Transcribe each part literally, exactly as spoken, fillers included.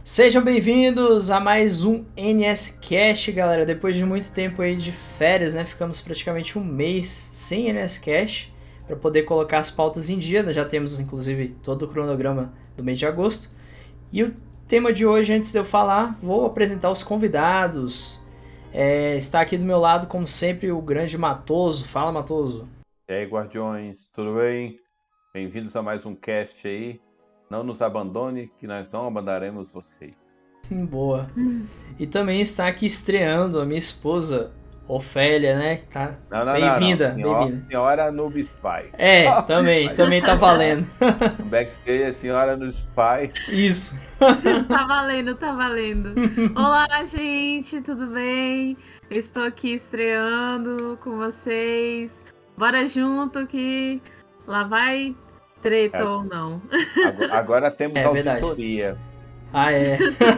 Sejam bem-vindos a mais um N S Cast, galera. Depois de muito tempo aí de férias, né? Ficamos praticamente um mês sem N S Cast para poder colocar as pautas em dia. Nós já temos, inclusive, todo o cronograma do mês de agosto. E o tema de hoje, antes de eu falar, vou apresentar os convidados. É, está aqui do meu lado, como sempre, o grande Matoso. Fala, Matoso. E aí, guardiões, tudo bem? Bem-vindos a mais um cast aí. Não nos abandone, que nós não abandonaremos vocês. Boa. E também está aqui estreando a minha esposa, Ofélia, né? Tá Não, não, bem-vinda, não, não. Senhora, bem-vinda. senhora Noob Spy. É, também, também tá valendo. No backstage é senhora Noob Spy. Isso. Tá valendo, tá valendo. Olá, gente, tudo bem? Eu estou aqui estreando com vocês. Bora junto que lá vai treta É. ou não. Agora, agora temos É verdade. auditoria. Ah, é.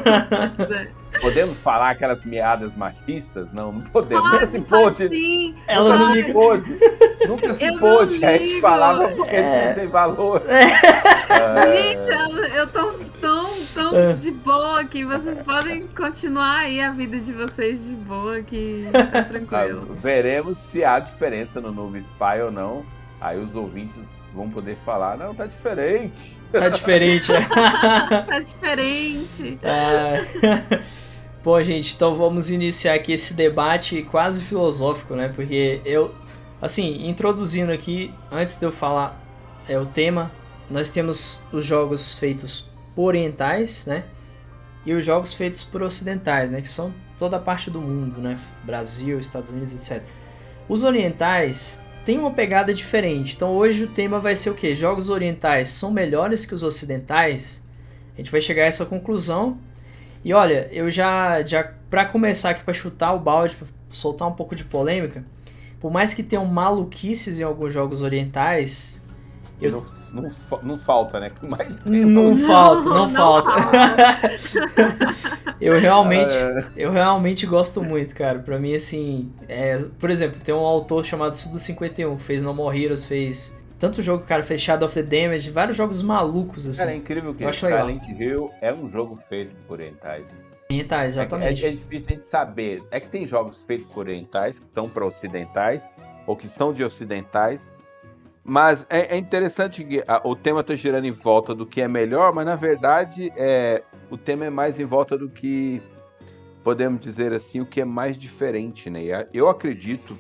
Podemos falar aquelas meadas machistas? Não, não podemos. Pode, Nunca se pode pôde. sim. Ela não pode. liga. Pôde. Nunca se Eu não pôde. A gente ligo. falava porque a É. gente não tem valor. Gente, eu, eu tô tão, tão É. de boa que vocês podem continuar aí a vida de vocês de boa que tá Ah, tranquilo. veremos se há diferença no Noob Spy ou não. Aí os ouvintes vão poder falar, não, tá diferente. Tá diferente, é. Tá diferente. Ah. Bom, gente, então vamos iniciar aqui esse debate quase filosófico, né? Porque eu, assim, introduzindo aqui, antes de eu falar é, o tema, nós temos os jogos feitos por orientais, né? E os jogos feitos por ocidentais, né? Que são toda a parte do mundo, né? Brasil, Estados Unidos, etcétera. Os orientais têm uma pegada diferente. Então hoje o tema vai ser o quê? Jogos orientais são melhores que os ocidentais? A gente vai chegar a essa conclusão. E olha, eu já, já para começar aqui, para chutar o balde, para soltar um pouco de polêmica, por mais que tenham maluquices em alguns jogos orientais, eu- Não, não, não falta, né? Mas tem não um- falta, não, não falta. eu realmente, É. eu realmente gosto muito, cara. Pra mim, assim, é, por exemplo, tem um autor chamado Suda cinquenta e um que fez No More Heroes, fez tanto jogo, cara, fez Shadow of the Damage, vários jogos malucos, assim. Cara, é incrível que Eu acho legal. Silent Hill é um jogo feito por orientais. né? Orientais, É, que- exatamente. é, é difícil a gente saber. É que tem jogos feitos por orientais, que são para ocidentais, ou que são de ocidentais. Mas é, é interessante que a- o tema está girando em volta do que é melhor, mas na verdade é, o tema é mais em volta do que, podemos dizer assim, o que é mais diferente, né? E a- Eu acredito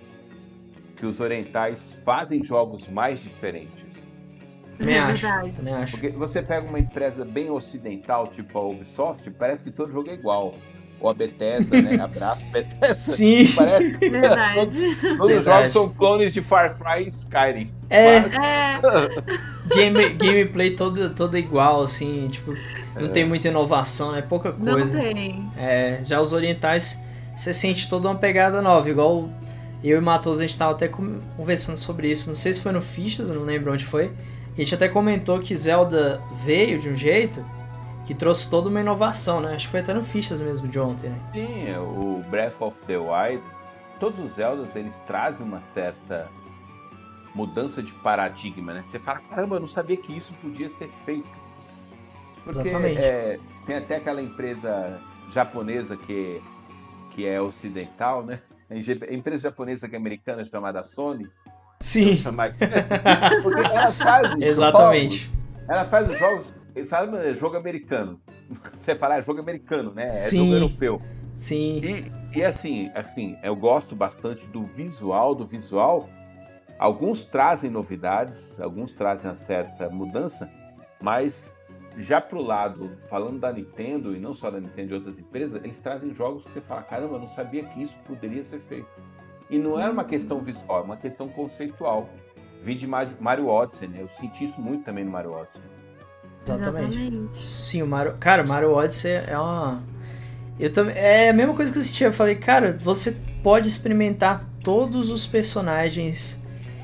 que os orientais fazem jogos mais diferentes. Também É acho, verdade. também acho. Porque você pega uma empresa bem ocidental, tipo a Ubisoft, parece que todo jogo é igual. Ou a Bethesda, né? Abraço, Bethesda. Sim. Parece que Verdade. todos, todos os Verdade. jogos são clones de Far Cry e Skyrim. É, Mas- É, game, gameplay toda, toda igual, assim, tipo, não É. tem muita inovação, é pouca não coisa. tem. É, já os orientais, você sente toda uma pegada nova, igual eu e o Matoso, a gente tava até com- conversando sobre isso, não sei se foi no Fichas, eu não lembro onde foi, a gente até comentou que Zelda veio de um jeito que trouxe toda uma inovação, né? Acho que foi até no Fichas mesmo de ontem, né? Sim, o Breath of the Wild, todos os Zeldas, eles trazem uma certa mudança de paradigma, né? Você fala, caramba, eu não sabia que isso podia ser feito. Porque Exatamente. é, tem até aquela empresa japonesa que, que é ocidental, né? A enge- a empresa japonesa que é americana chamada Sony. Sim, Chamar... Porque ela faz os exatamente. jogos, ela faz os jogos, sabe, é jogo americano. Você fala, é jogo americano, né? É Sim. jogo europeu. Sim, E, e assim, assim, eu gosto bastante do visual, do visual. Alguns trazem novidades, alguns trazem uma certa mudança, mas já pro lado, falando da Nintendo, e não só da Nintendo, de outras empresas, eles trazem jogos que você fala, caramba, eu não sabia que isso poderia ser feito. E não é uma questão visual, é uma questão conceitual. Vim de Ma- Mario Odyssey, né? Eu senti isso muito também no Mario Odyssey. exatamente. Exatamente. Sim, o Mario. Cara, o Mario Odyssey é uma. Eu também. É a mesma coisa que eu assisti. Eu falei, cara, você pode experimentar todos os personagens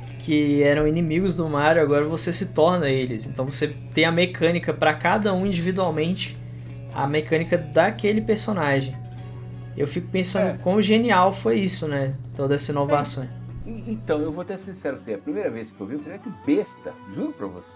que eram inimigos do Mario, agora você se torna eles. Então você tem a mecânica pra cada um individualmente, a mecânica daquele personagem. Eu fico pensando É. quão genial foi isso, né? Toda essa inovação. Então, eu vou ter sincero, assim, a primeira vez que eu vi, eu falei, que besta, juro pra você.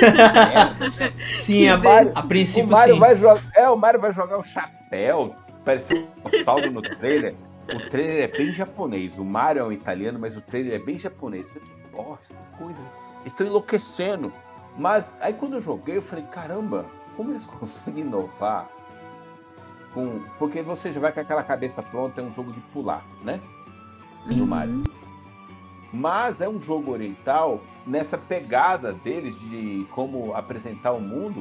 É, sim, a, Mario, a princípio o Mario sim. Vai jogar, é, o Mario vai jogar o chapéu, parece um nostalgia no trailer. O trailer é bem japonês, o Mario é um italiano, mas o trailer é bem japonês. Eu falei, porra, que coisa, estou enlouquecendo. Mas aí quando eu joguei, eu falei, caramba, como eles conseguem inovar? Com... Porque você já vai com aquela cabeça pronta, é um jogo de pular, né? Do Mario. Mas é um jogo oriental nessa pegada deles de como apresentar o mundo,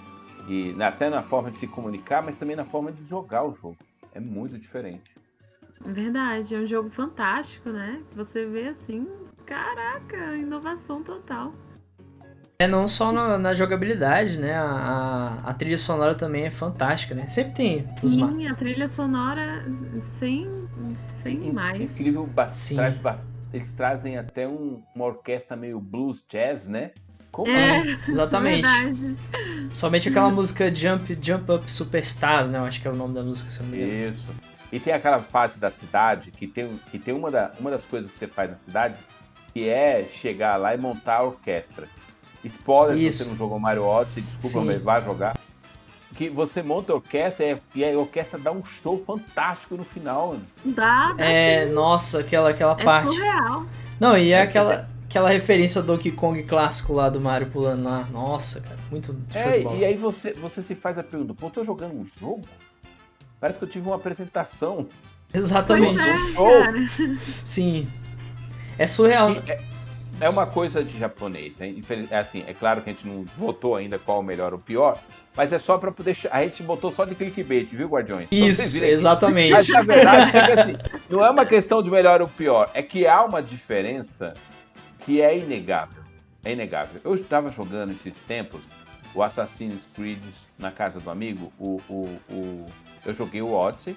e até na forma de se comunicar, mas também na forma de jogar o jogo. É muito diferente. Verdade, é um jogo fantástico, né? Você vê assim, caraca, inovação total. É não só na, na jogabilidade, né? A, a, a trilha sonora também é fantástica, né? Sempre tem os Sim, mar... a trilha sonora sem, sem In, mais. Incrível, traz, eles trazem até um, uma orquestra meio blues jazz, né? Como é, exatamente. Verdade. Somente aquela música Jump, Jump Up Superstars, né? Eu acho que é o nome da música, se eu não me engano. Isso. E tem aquela fase da cidade que tem, que tem uma, da, uma das coisas que você faz na cidade, que é chegar lá e montar a orquestra. Spoiler, se você não jogou Mario Odyssey, desculpa, Sim. mas vai jogar. Que você monta a orquestra e a orquestra dá um show fantástico no final. Mano. Dá, dá É, sim. nossa, aquela, aquela é parte. Surreal. Não, e é aquela, aquela referência do Donkey Kong clássico lá do Mario pulando lá. Nossa, cara, muito show é, de bola. E aí você, você se faz a pergunta, pô, eu tô jogando um jogo? Parece que eu tive uma apresentação. Exatamente. É, um show. Sim. É surreal. É, é uma coisa de japonês, né? É assim, é claro que a gente não votou ainda qual o melhor ou o pior, mas é só pra poder... A gente botou só de clickbait, viu, Guardiões? Isso, exatamente. Mas na verdade, é que, assim, não é uma questão de melhor ou pior, é que há uma diferença que é inegável. É inegável. Eu estava jogando esses tempos o Assassin's Creed na casa do amigo, o, o, o... eu joguei o Odyssey,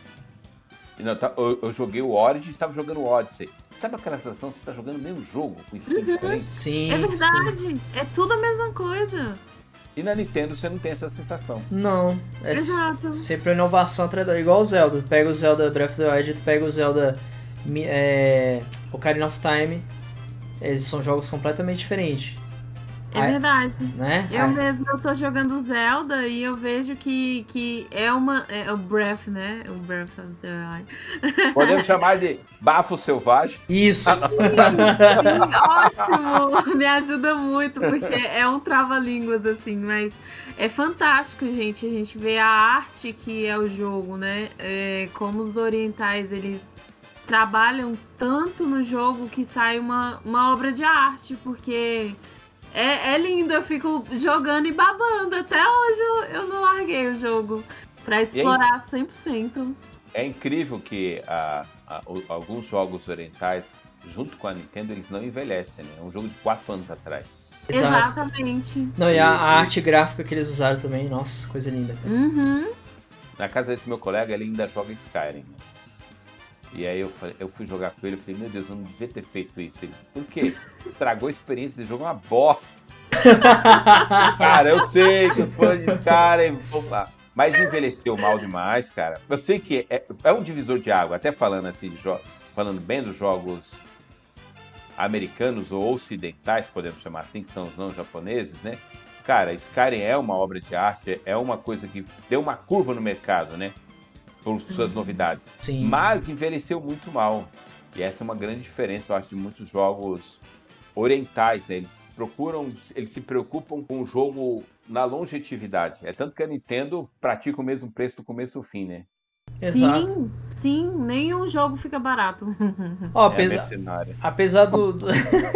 não, eu, eu joguei o Origin e estava jogando o Odyssey. Sabe aquela sensação que você está jogando o mesmo jogo com skin uhum. diferente? Sim, é verdade, sim. É tudo a mesma coisa. E na Nintendo você não tem essa sensação. Não, é Exato. sempre a inovação atrás, igual o Zelda. Tu pega o Zelda Breath of the Wild, tu pega o Zelda é, Ocarina of Time, eles são jogos completamente diferentes. É Aí, verdade. Né? Eu Aí. mesmo eu tô jogando Zelda e eu vejo que, que é uma... É o Breath, né? O Breath of the Wild. Podemos chamar de bafo selvagem. Isso. Sim, ótimo. Me ajuda muito, porque é um trava-línguas, assim. Mas é fantástico, gente. A gente vê a arte que é o jogo, né? É, como os orientais, eles trabalham tanto no jogo que sai uma, uma obra de arte, porque... É, é lindo, eu fico jogando e babando. Até hoje eu, eu não larguei o jogo pra explorar é, cem por cento. É incrível que a, a, o, alguns jogos orientais, junto com a Nintendo, eles não envelhecem, né? É um jogo de quatro anos atrás. Exato. Exatamente. Não, e a, a arte gráfica que eles usaram também, nossa, coisa linda. Cara. Uhum. Na casa desse meu colega, ele ainda joga Skyrim. E aí eu, eu fui jogar com ele e falei, meu Deus, eu não devia ter feito isso. Ele, por quê? Estragou a experiência, esse jogo é uma bosta. Cara, eu sei que os fãs de Skyrim... Mas envelheceu mal demais, cara. Eu sei que é, é um divisor de água, até falando assim, de jo- falando bem dos jogos americanos ou ocidentais, podemos chamar assim, que são os não japoneses, né? Cara, Skyrim é uma obra de arte, é uma coisa que deu uma curva no mercado, né? Por suas novidades. Sim. Mas envelheceu muito mal. E essa é uma grande diferença, eu acho, de muitos jogos orientais, né? Eles procuram, eles se preocupam com o jogo na longevidade. É tanto que a Nintendo pratica o mesmo preço do começo ao fim, né? Exato. Sim, sim, nenhum jogo fica barato. Ó, é apesar, apesar do... do...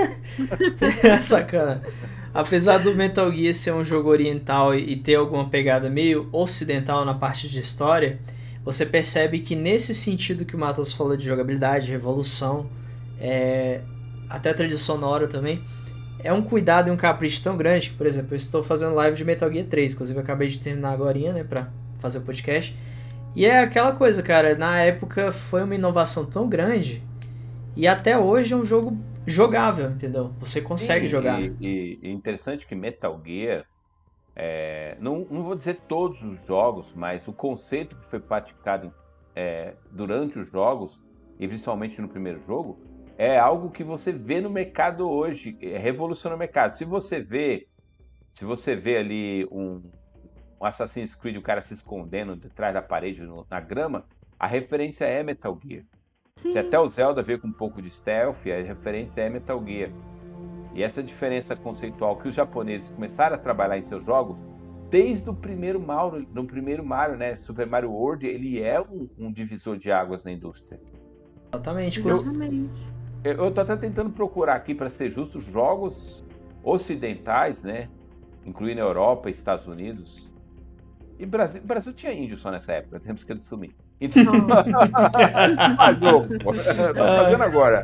Sacana. Apesar do Metal Gear ser um jogo oriental e ter alguma pegada meio ocidental na parte de história... Você percebe que nesse sentido que o Matheus falou de jogabilidade, revolução, é, até trilha sonora também, é um cuidado e um capricho tão grande que, por exemplo, eu estou fazendo live de Metal Gear três, inclusive eu acabei de terminar agorinha, né, pra fazer o podcast, e é aquela coisa, cara, na época foi uma inovação tão grande e até hoje é um jogo jogável, entendeu? Você consegue e, jogar. E, e interessante que Metal Gear, É, não, não vou dizer todos os jogos, mas o conceito que foi praticado é, durante os jogos, e principalmente no primeiro jogo, é algo que você vê no mercado hoje, é, revoluciona o mercado. Se você vê, se você vê ali um, um Assassin's Creed, o cara se escondendo detrás da parede, no, na grama, a referência é Metal Gear. Sim. Se até o Zelda veio com um pouco de stealth, a referência é Metal Gear. E essa diferença conceitual que os japoneses começaram a trabalhar em seus jogos, desde o primeiro Mario, no primeiro Mario, né, Super Mario World, ele é um, um divisor de águas na indústria. Exatamente. Exatamente. Eu, eu tô até tentando procurar aqui, para ser justo, jogos ocidentais, né, incluindo Europa e Estados Unidos. E Brasil, Brasil tinha índio só nessa época, temos que assumir. Então, mas, ô, pô, tô fazendo agora.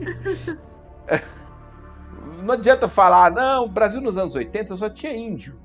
Não adianta falar, não, o Brasil nos anos oitenta só tinha índio.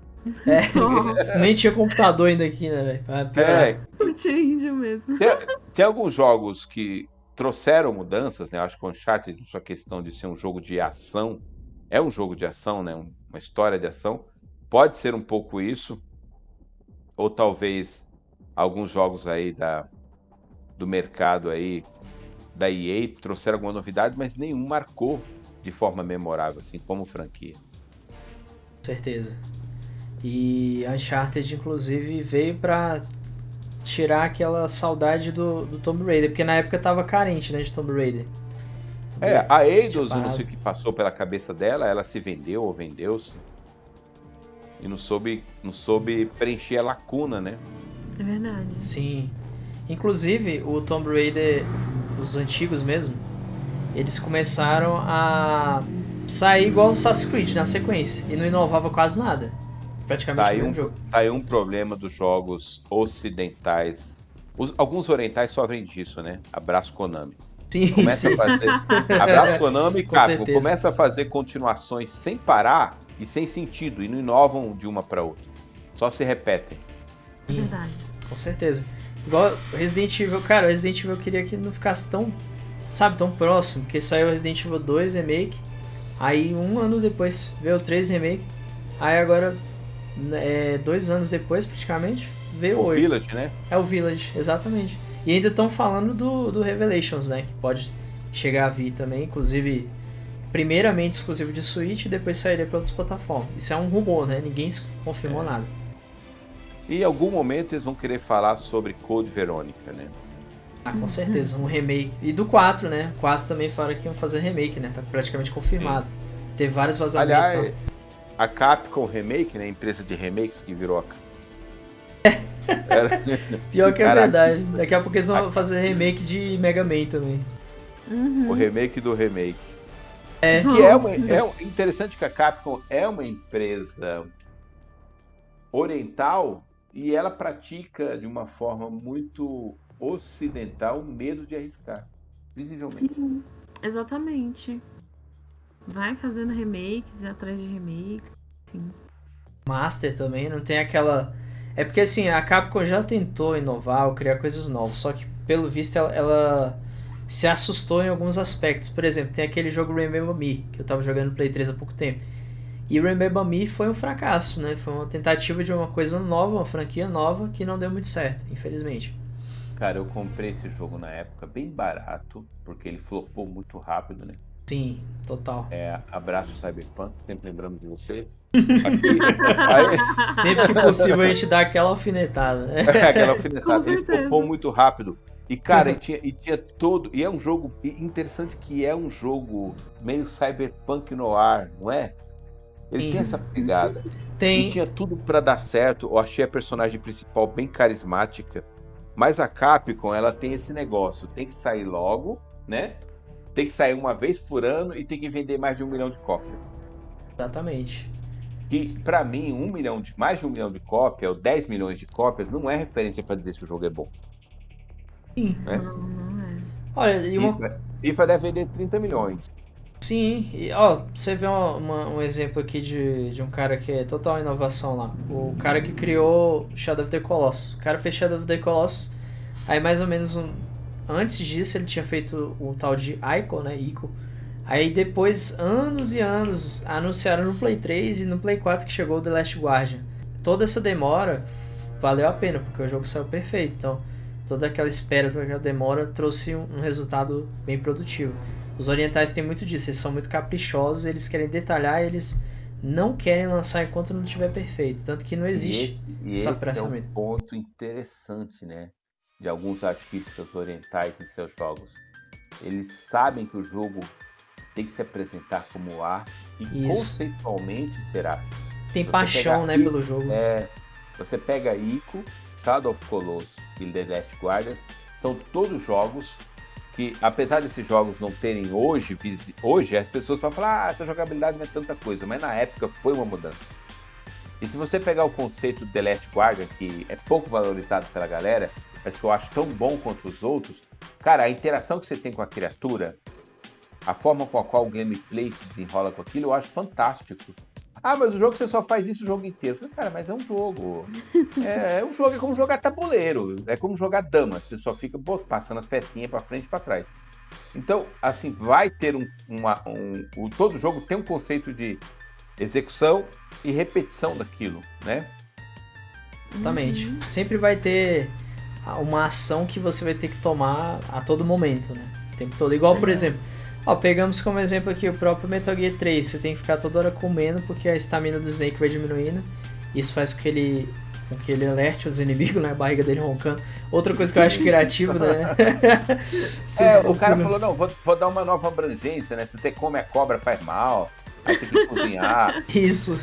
É, nem tinha computador ainda aqui, né, velho? É, Não tinha índio mesmo. tem, tem alguns jogos que trouxeram mudanças, né? Acho que o Uncharted, sua questão de ser um jogo de ação, é um jogo de ação, né? Uma história de ação. Pode ser um pouco isso, ou talvez alguns jogos aí da, do mercado aí, da E A, trouxeram alguma novidade, mas nenhum marcou de forma memorável, assim, como franquia. Com certeza. E Uncharted, inclusive, veio pra tirar aquela saudade do, do Tomb Raider, porque na época tava carente, né, de Tomb Raider. Tomb É, Raider a tinha Eidos, eu não parado. sei o que passou pela cabeça dela, ela se vendeu ou vendeu-se, e não soube, não soube preencher a lacuna, né? É verdade. Sim. Inclusive, o Tomb Raider, os antigos mesmo, eles começaram a sair igual o Assassin's Creed na sequência, e não inovava quase nada. Praticamente Tá o aí, mesmo um, jogo. tá aí um problema dos jogos ocidentais. Os- alguns orientais sofrem disso, né? Abraço Konami. Sim, Começa sim. a fazer. Abraço Konami e Com Capcom. certeza. Começa a fazer continuações sem parar e sem sentido. E não inovam de uma para outra. Só se repetem. É verdade. Com certeza. Igual Resident Evil, cara, Resident Evil eu queria que não ficasse tão, sabe, tão próximo, porque saiu Resident Evil dois Remake, aí um ano depois veio o três Remake, aí agora, é, dois anos depois, praticamente, veio o O oito. Village, né? É o Village, exatamente. E ainda estão falando do, do Revelations, né, que pode chegar a vir também, inclusive, primeiramente exclusivo de Switch e depois sairia para outras plataformas. Isso é um rumor, né, ninguém confirmou É. nada. E em algum momento eles vão querer falar sobre Code Verônica, né? Ah, com certeza, um remake. E do quatro, né? O quatro também falaram que iam fazer remake, né? Tá praticamente confirmado. Teve vários vazamentos. Aliás, Tá? a Capcom Remake, né? Empresa de remakes que virou a... Era- Pior que é Caraca. verdade. Daqui a pouco eles vão fazer remake de Mega Man também. Uhum. o remake do remake. É, Que é, uma, é um- interessante que a Capcom é uma empresa oriental e ela pratica de uma forma muito ocidental o medo de arriscar, visivelmente. Sim, exatamente. Vai fazendo remakes e atrás de remakes. Enfim. Master também, não tem aquela... É porque assim, a Capcom já tentou inovar ou criar coisas novas, só que pelo visto ela, ela se assustou em alguns aspectos. Por exemplo, tem aquele jogo Remember Me, que eu tava jogando no Play três há pouco tempo. E Remember Me foi um fracasso, né? Foi uma tentativa de uma coisa nova, uma franquia nova, que não deu muito certo, infelizmente. Cara, eu comprei esse jogo na época bem barato, porque ele flopou muito rápido, né? Sim, total. É, abraço Cyberpunk, sempre lembramos de você. Aqui, aí, Sempre que possível a gente dá aquela alfinetada, né? aquela Com alfinetada, ele certeza. flopou muito rápido. E, cara, e tinha, e tinha todo. E é um jogo. e interessante que é um jogo meio cyberpunk no ar, não é? Ele Sim. tem essa pegada. E Tem... tinha tudo pra dar certo. Eu achei a personagem principal bem carismática. Mas a Capcom, ela tem esse negócio. Tem que sair logo, né? Tem que sair uma vez por ano e tem que vender mais de um milhão de cópias. Exatamente. Que, pra mim, um milhão de, mais de um milhão de cópias, ou dez milhões de cópias, não é referência pra dizer se o jogo é bom. Sim. É. Não, não é. Olha, e uma... FIFA, FIFA deve vender trinta milhões. Sim, e ó, você vê uma- uma- um exemplo aqui de, de um cara que é total inovação lá. O cara que criou Shadow of the Colossus. O cara fez Shadow of the Colossus, aí mais ou menos um, antes disso ele tinha feito o tal de Ico, né, Ico. Aí depois, anos e anos, anunciaram no Play três e no Play quatro que chegou o The Last Guardian. Toda essa demora valeu a pena, porque o jogo saiu perfeito. Então, toda aquela espera, toda aquela demora trouxe um, um resultado bem produtivo. Os orientais têm muito disso, eles são muito caprichosos, eles querem detalhar, eles não querem lançar enquanto não estiver perfeito. Tanto que não existe e esse, esse é um ponto interessante, né? De alguns artistas orientais em seus jogos. Eles sabem que o jogo tem que se apresentar como arte e Isso. conceitualmente será. Tem você paixão, né, Ico, pelo jogo. É, você pega Ico, Shadow of Colossus e The Last Guardian, são todos jogos que, apesar desses jogos não terem hoje, hoje as pessoas vão falar, ah, essa jogabilidade não é tanta coisa, mas na época foi uma mudança. E se você pegar o conceito do The Last Guardian, que é pouco valorizado pela galera, mas que eu acho tão bom quanto os outros, cara, a interação que você tem com a criatura, a forma com a qual o gameplay se desenrola com aquilo, eu acho fantástico. Ah, mas o jogo você só faz isso o jogo inteiro. Eu falei, cara, mas é um jogo. É, é um jogo, é como jogar tabuleiro, é como jogar dama. Você só fica pô, passando as pecinhas pra frente e pra trás. Então, assim, vai ter um, uma, um, um... Todo jogo tem um conceito de execução e repetição daquilo, né? Exatamente. Uhum. Sempre vai ter uma ação que você vai ter que tomar a todo momento, né? O tempo todo. Igual, por exemplo... Ó, pegamos como exemplo aqui o próprio Metal Gear três. Você tem que ficar toda hora comendo porque a estamina do Snake vai diminuindo. Isso faz com que ele, com que ele alerte os inimigos, né? A barriga dele roncando. Outra coisa que eu acho criativa, né? é, o cara falou, não, vou, vou dar uma nova abrangência, né? Se você come a cobra faz mal, aí tem que cozinhar. Isso.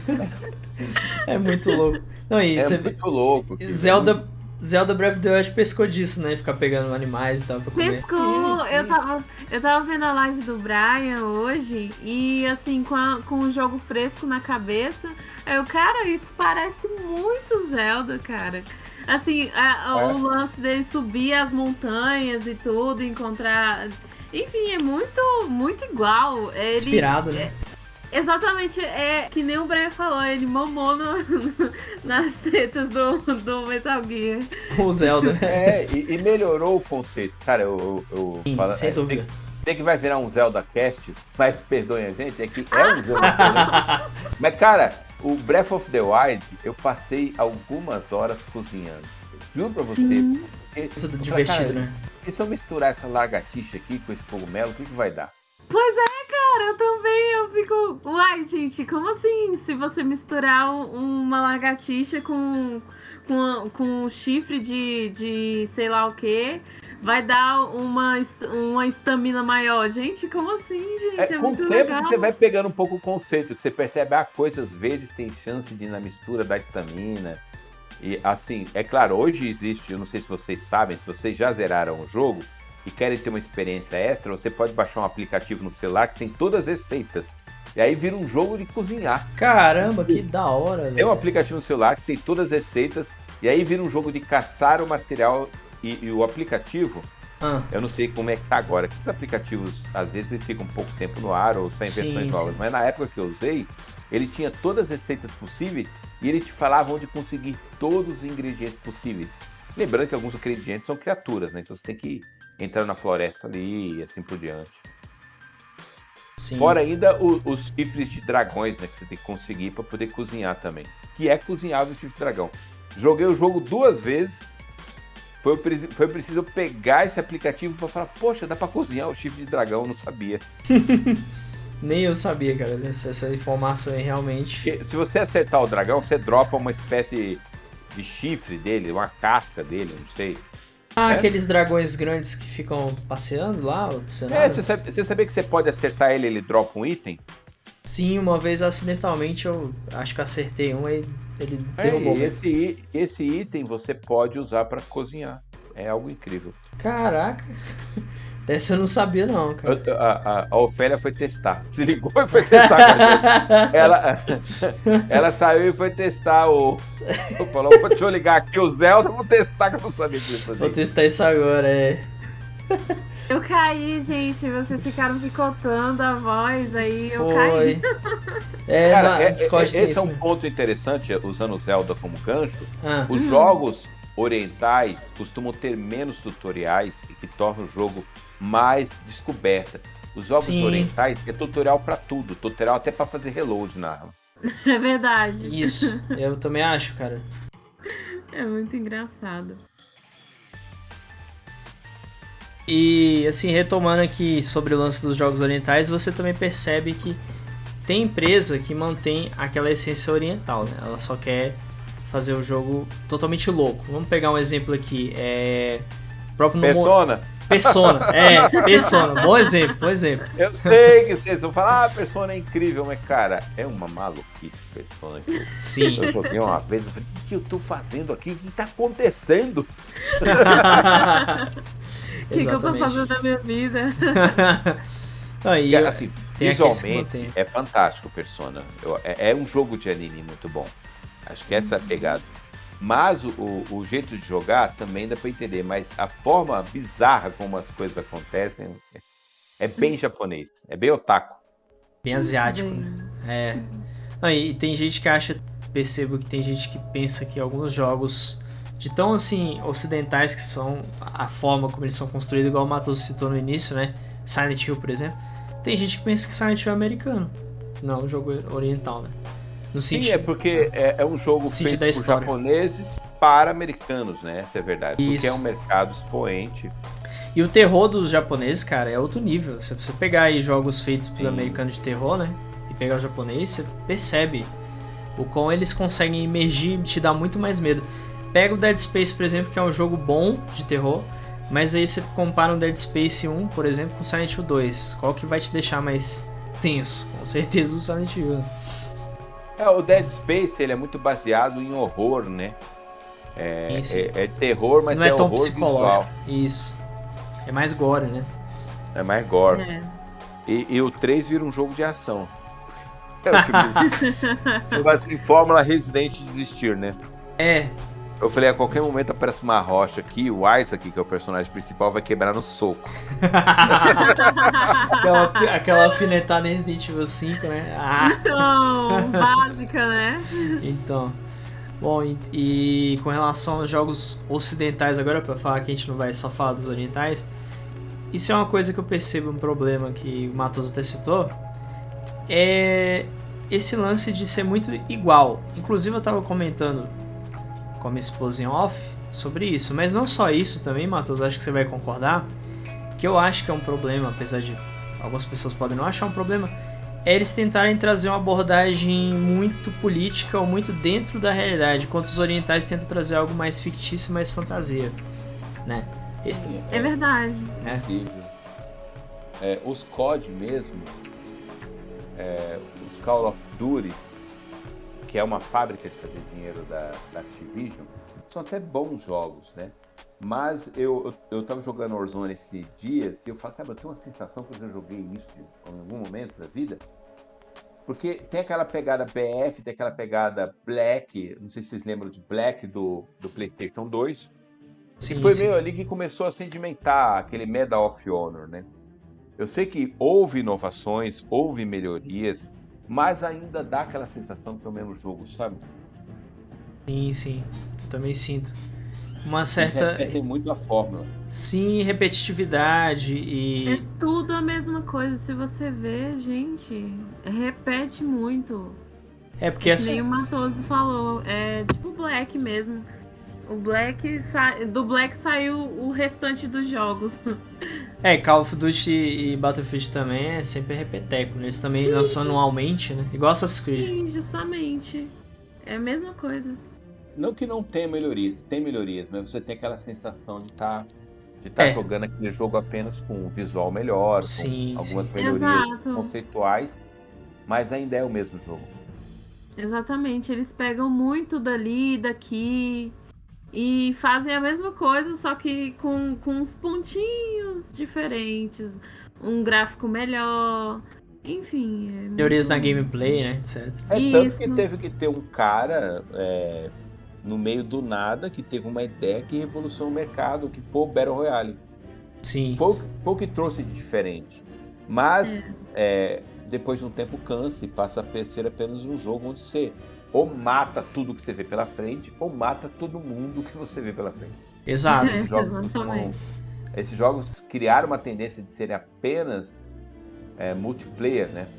É muito louco. Não, e é você muito vê... louco. Zelda... Zelda Breath of the Wild pescou disso, né? Ficar pegando animais e tal pra comer. Pescou! Eu tava, eu tava vendo a live do Brian hoje e, assim, com, a, com o jogo fresco na cabeça, eu, cara, isso parece muito Zelda, cara. Assim, a, a, é. o lance dele subir as montanhas e tudo, encontrar... Enfim, é muito, muito igual. Ele, Inspirado, né? É, exatamente, é que nem o Brian falou, ele mamou no, no, nas tetas do, do Metal Gear. O Zelda. É, e, e melhorou o conceito. Cara, eu... eu Sim, falo, sem é, dúvida. Tem, tem que vai virar um Zelda Cast, mas perdoem a gente, é que é um Zelda Cast. Mas, cara, o Breath of the Wild, eu passei algumas horas cozinhando. Juro pra você. Porque, tudo divertido, cara, né? E se eu misturar essa lagartixa aqui com esse cogumelo, o que, que vai dar? Pois é, cara, eu também, eu fico... Uai, gente, como assim? Se você misturar uma lagartixa com, com, com um chifre de, de sei lá o quê, vai dar uma, uma estamina maior. Gente, como assim, gente? É, é com muito o tempo legal. Você vai pegando um pouco o conceito, que você percebe, ah, coisas verdes têm chance de, na mistura, da estamina. E, assim, é claro, hoje existe, eu não sei se vocês sabem, se vocês já zeraram o jogo, e querem ter uma experiência extra, você pode baixar um aplicativo no celular que tem todas as receitas. E aí vira um jogo de cozinhar. Caramba, que da hora, velho. Tem um aplicativo no celular que tem todas as receitas, e aí vira um jogo de caçar o material e, e o aplicativo, ah. eu não sei como é que tá agora, que esses aplicativos, às vezes, eles ficam um pouco tempo no ar ou sem versões novas, mas na época que eu usei, ele tinha todas as receitas possíveis e ele te falava onde conseguir todos os ingredientes possíveis. Lembrando que alguns ingredientes são criaturas, né? Então você tem que entrar na floresta ali e assim por diante. Sim. Fora ainda o, os chifres de dragões, né? Que você tem que conseguir para poder cozinhar também. Que é cozinhável o chifre de dragão. Joguei o jogo duas vezes. Foi, foi preciso pegar esse aplicativo para falar, poxa, dá para cozinhar o chifre de dragão, eu não sabia. Nem eu sabia, cara, essa, essa informação aí realmente. Se você acertar o dragão, você dropa uma espécie de chifre dele, uma casca dele, não sei. Ah, é? Aqueles dragões grandes que ficam passeando lá? É, você, sabe, você sabia que você pode acertar ele e ele dropa um item? Sim, uma vez acidentalmente eu acho que acertei um e ele derrubou. É, esse, esse item você pode usar para cozinhar. É algo incrível. Caraca! Dessa eu não sabia não, cara. A, a, a Ofélia foi testar. Se ligou e foi testar. Cara. Ela, ela saiu e foi testar o... Falou, deixa eu ligar aqui o Zelda, vou testar que eu não sabia disso. Vou testar isso agora, é. Eu caí, gente. Vocês ficaram picotando a voz, aí eu foi. caí. É, cara, na, é, Discord é, esse isso, é um né? ponto interessante, usando o Zelda como gancho. Ah. Os hum. jogos orientais costumam ter menos tutoriais e que torna o jogo mais descoberta. Os jogos Sim. orientais é tutorial pra tudo, tutorial até pra fazer reload na arma. É verdade. Isso, eu também acho, cara. É muito engraçado. E assim, retomando aqui sobre o lance dos jogos orientais, você também percebe que tem empresa que mantém aquela essência oriental, né? Ela só quer fazer o jogo totalmente louco. Vamos pegar um exemplo aqui, é... próprio Persona? No... Persona, é, Persona, bom exemplo, bom exemplo. Eu sei que vocês vão falar, ah, Persona é incrível, mas cara, é uma maluquice Persona. Sim. Eu joguei uma vez, eu falei, o que eu tô fazendo aqui? O que tá acontecendo? O que, que eu tô fazendo na minha vida? Aí, Porque, assim, visualmente que é fantástico Persona. Eu, é, é um jogo de anime muito bom. Acho que essa é a pegada. Mas o, o, o jeito de jogar também dá pra entender. Mas a forma bizarra como as coisas acontecem é bem japonês. É bem otaku. Bem asiático, né? É. Aí tem gente que acha, percebo que tem gente que pensa que alguns jogos de tão assim ocidentais que são, a forma como eles são construídos, igual o Matheus citou no início, né? Silent Hill, por exemplo. Tem gente que pensa que Silent Hill é americano, não um jogo oriental, né? No Sim, sentido, é porque é, é um jogo feito da por história. japoneses para americanos, né? Essa é a verdade. Isso. Porque é um mercado expoente. E o terror dos japoneses, cara, é outro nível. Se você pegar aí jogos feitos pros americanos de terror, né? E pegar o japonês, você percebe o quão eles conseguem emergir e te dar muito mais medo. Pega o Dead Space, por exemplo, que é um jogo bom de terror, mas aí você compara um Dead Space um, por exemplo, com Silent Hill dois. Qual que vai te deixar mais tenso? Com certeza o Silent Hill. É, o Dead Space ele é muito baseado em horror, né? É, é, é terror, mas não é, é tão horror psicológico. visual. Isso. É mais gore, né? É mais gore. É. E, e o três vira um jogo de ação. É o que me... Mas assim, Fórmula Resident Desistir, né? É. Eu falei, a qualquer momento aparece uma rocha aqui, o Isaac, que é o personagem principal, vai quebrar no soco. aquela, aquela alfinetada em Resident Evil cinco, né? Ah. Então, básica, né? Então. Bom, e, e com relação aos jogos ocidentais agora, pra falar que a gente não vai só falar dos orientais, isso é uma coisa que eu percebo, um problema que o Matheus até citou, é esse lance de ser muito igual. Inclusive eu tava comentando com a minha esposa em off sobre isso, mas não só isso também, Matheus, acho que você vai concordar, que eu acho que é um problema, apesar de algumas pessoas podem não achar um problema, é eles tentarem trazer uma abordagem muito política ou muito dentro da realidade, enquanto os orientais tentam trazer algo mais fictício, mais fantasia, né? Esse... É verdade. É. É, os C O D mesmo, é, os Call of Duty, que é uma fábrica de fazer dinheiro da, da Activision, são até bons jogos, né? Mas eu, eu, eu tava jogando Warzone esses dias e eu falo, cara, eu tenho uma sensação que eu já joguei isso em algum momento da vida. Porque tem aquela pegada B F, tem aquela pegada Black, não sei se vocês lembram de Black do, do PlayStation dois. Sim, e foi sim. meio ali que começou a sedimentar aquele Medal of Honor, né? Eu sei que houve inovações, houve melhorias, mas ainda dá aquela sensação que é o mesmo jogo, sabe? Sim, sim. Eu também sinto. Uma certa... Tem muito a fórmula. Sim, repetitividade e... É tudo a mesma coisa. Se você vê, gente, repete muito. É porque essa... Nem o Matoso falou. É tipo Black mesmo. O Black sa... Do Black saiu o restante dos jogos. É, Call of Duty e Battlefield também é sempre repeteco, né? Eles também Sim. lançam anualmente, né? Igual Assassin's Creed. Sim, justamente. É a mesma coisa. Não que não tenha melhorias, tem melhorias, mas você tem aquela sensação de estar de tá É. jogando aquele jogo apenas com um visual melhor, Sim, com algumas sim. melhorias Exato. conceituais, mas ainda é o mesmo jogo. Exatamente. Eles pegam muito dali e daqui e fazem a mesma coisa, só que com, com uns pontinhos diferentes. Um gráfico melhor. Enfim. É Melhorias muito... na gameplay, né? Etcétera. É tanto Isso. que teve que ter um cara é, no meio do nada que teve uma ideia que revolucionou o mercado, que foi o Battle Royale. Sim. Foi, foi o que trouxe de diferente. Mas é, depois de um tempo cansa e passa a ser apenas um jogo onde você ou mata tudo que você vê pela frente, ou mata todo mundo que você vê pela frente. Exato. Esses jogos, costumam, esses jogos criaram uma tendência de serem apenas é, multiplayer, né?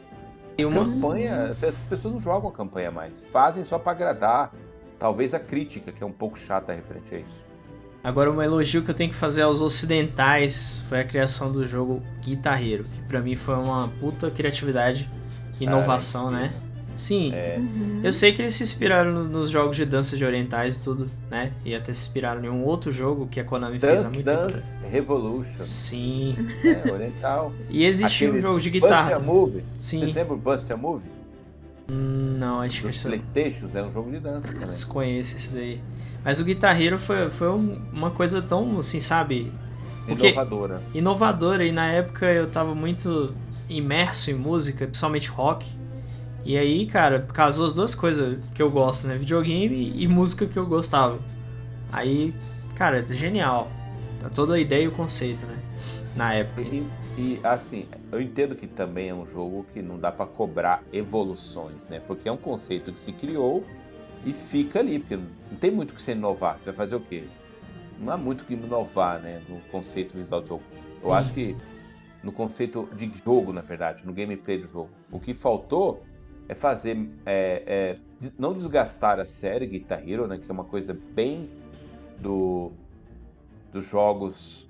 E uma... Campanha, as pessoas não jogam a campanha mais, fazem só para agradar, talvez a crítica, que é um pouco chata referente a isso. Agora, um elogio que eu tenho que fazer aos ocidentais foi a criação do jogo Guitar Hero, que pra mim foi uma puta criatividade e inovação, né? Sim, É, Uhum. eu sei que eles se inspiraram no- nos jogos de dança de orientais e tudo, né? E até se inspiraram em um outro jogo que a Konami fez há Dance muito tempo Dance Revolution, atrás. Sim. né, oriental. E existia um Aquele jogo de Bust guitarra. a também. Move. Sim. Vocês lembram do Bust a Move? Hum, Não, acho que Dos isso Playstations, é um jogo de dança também. desconheço esse daí. Mas o Guitar Hero foi, foi um- uma coisa tão, assim, sabe? Porque Inovadora. inovadora. E na época eu tava muito imerso em música, principalmente rock. E aí, cara, casou as duas coisas que eu gosto, né? Videogame e música que eu gostava. Aí, cara, é genial. Tá toda a ideia e o conceito, né? Na época. E, e, assim, eu entendo que também é um jogo que não dá pra cobrar evoluções, né? Porque é um conceito que se criou e fica ali, porque não tem muito o que você inovar. Você vai fazer o quê? Não há muito o que inovar, né? No conceito visual do jogo. Eu Sim. acho que no conceito de jogo, na verdade, no gameplay do jogo, o que faltou é fazer, é, é, des- não desgastar a série Guitar Hero, né? Que é uma coisa bem do, dos jogos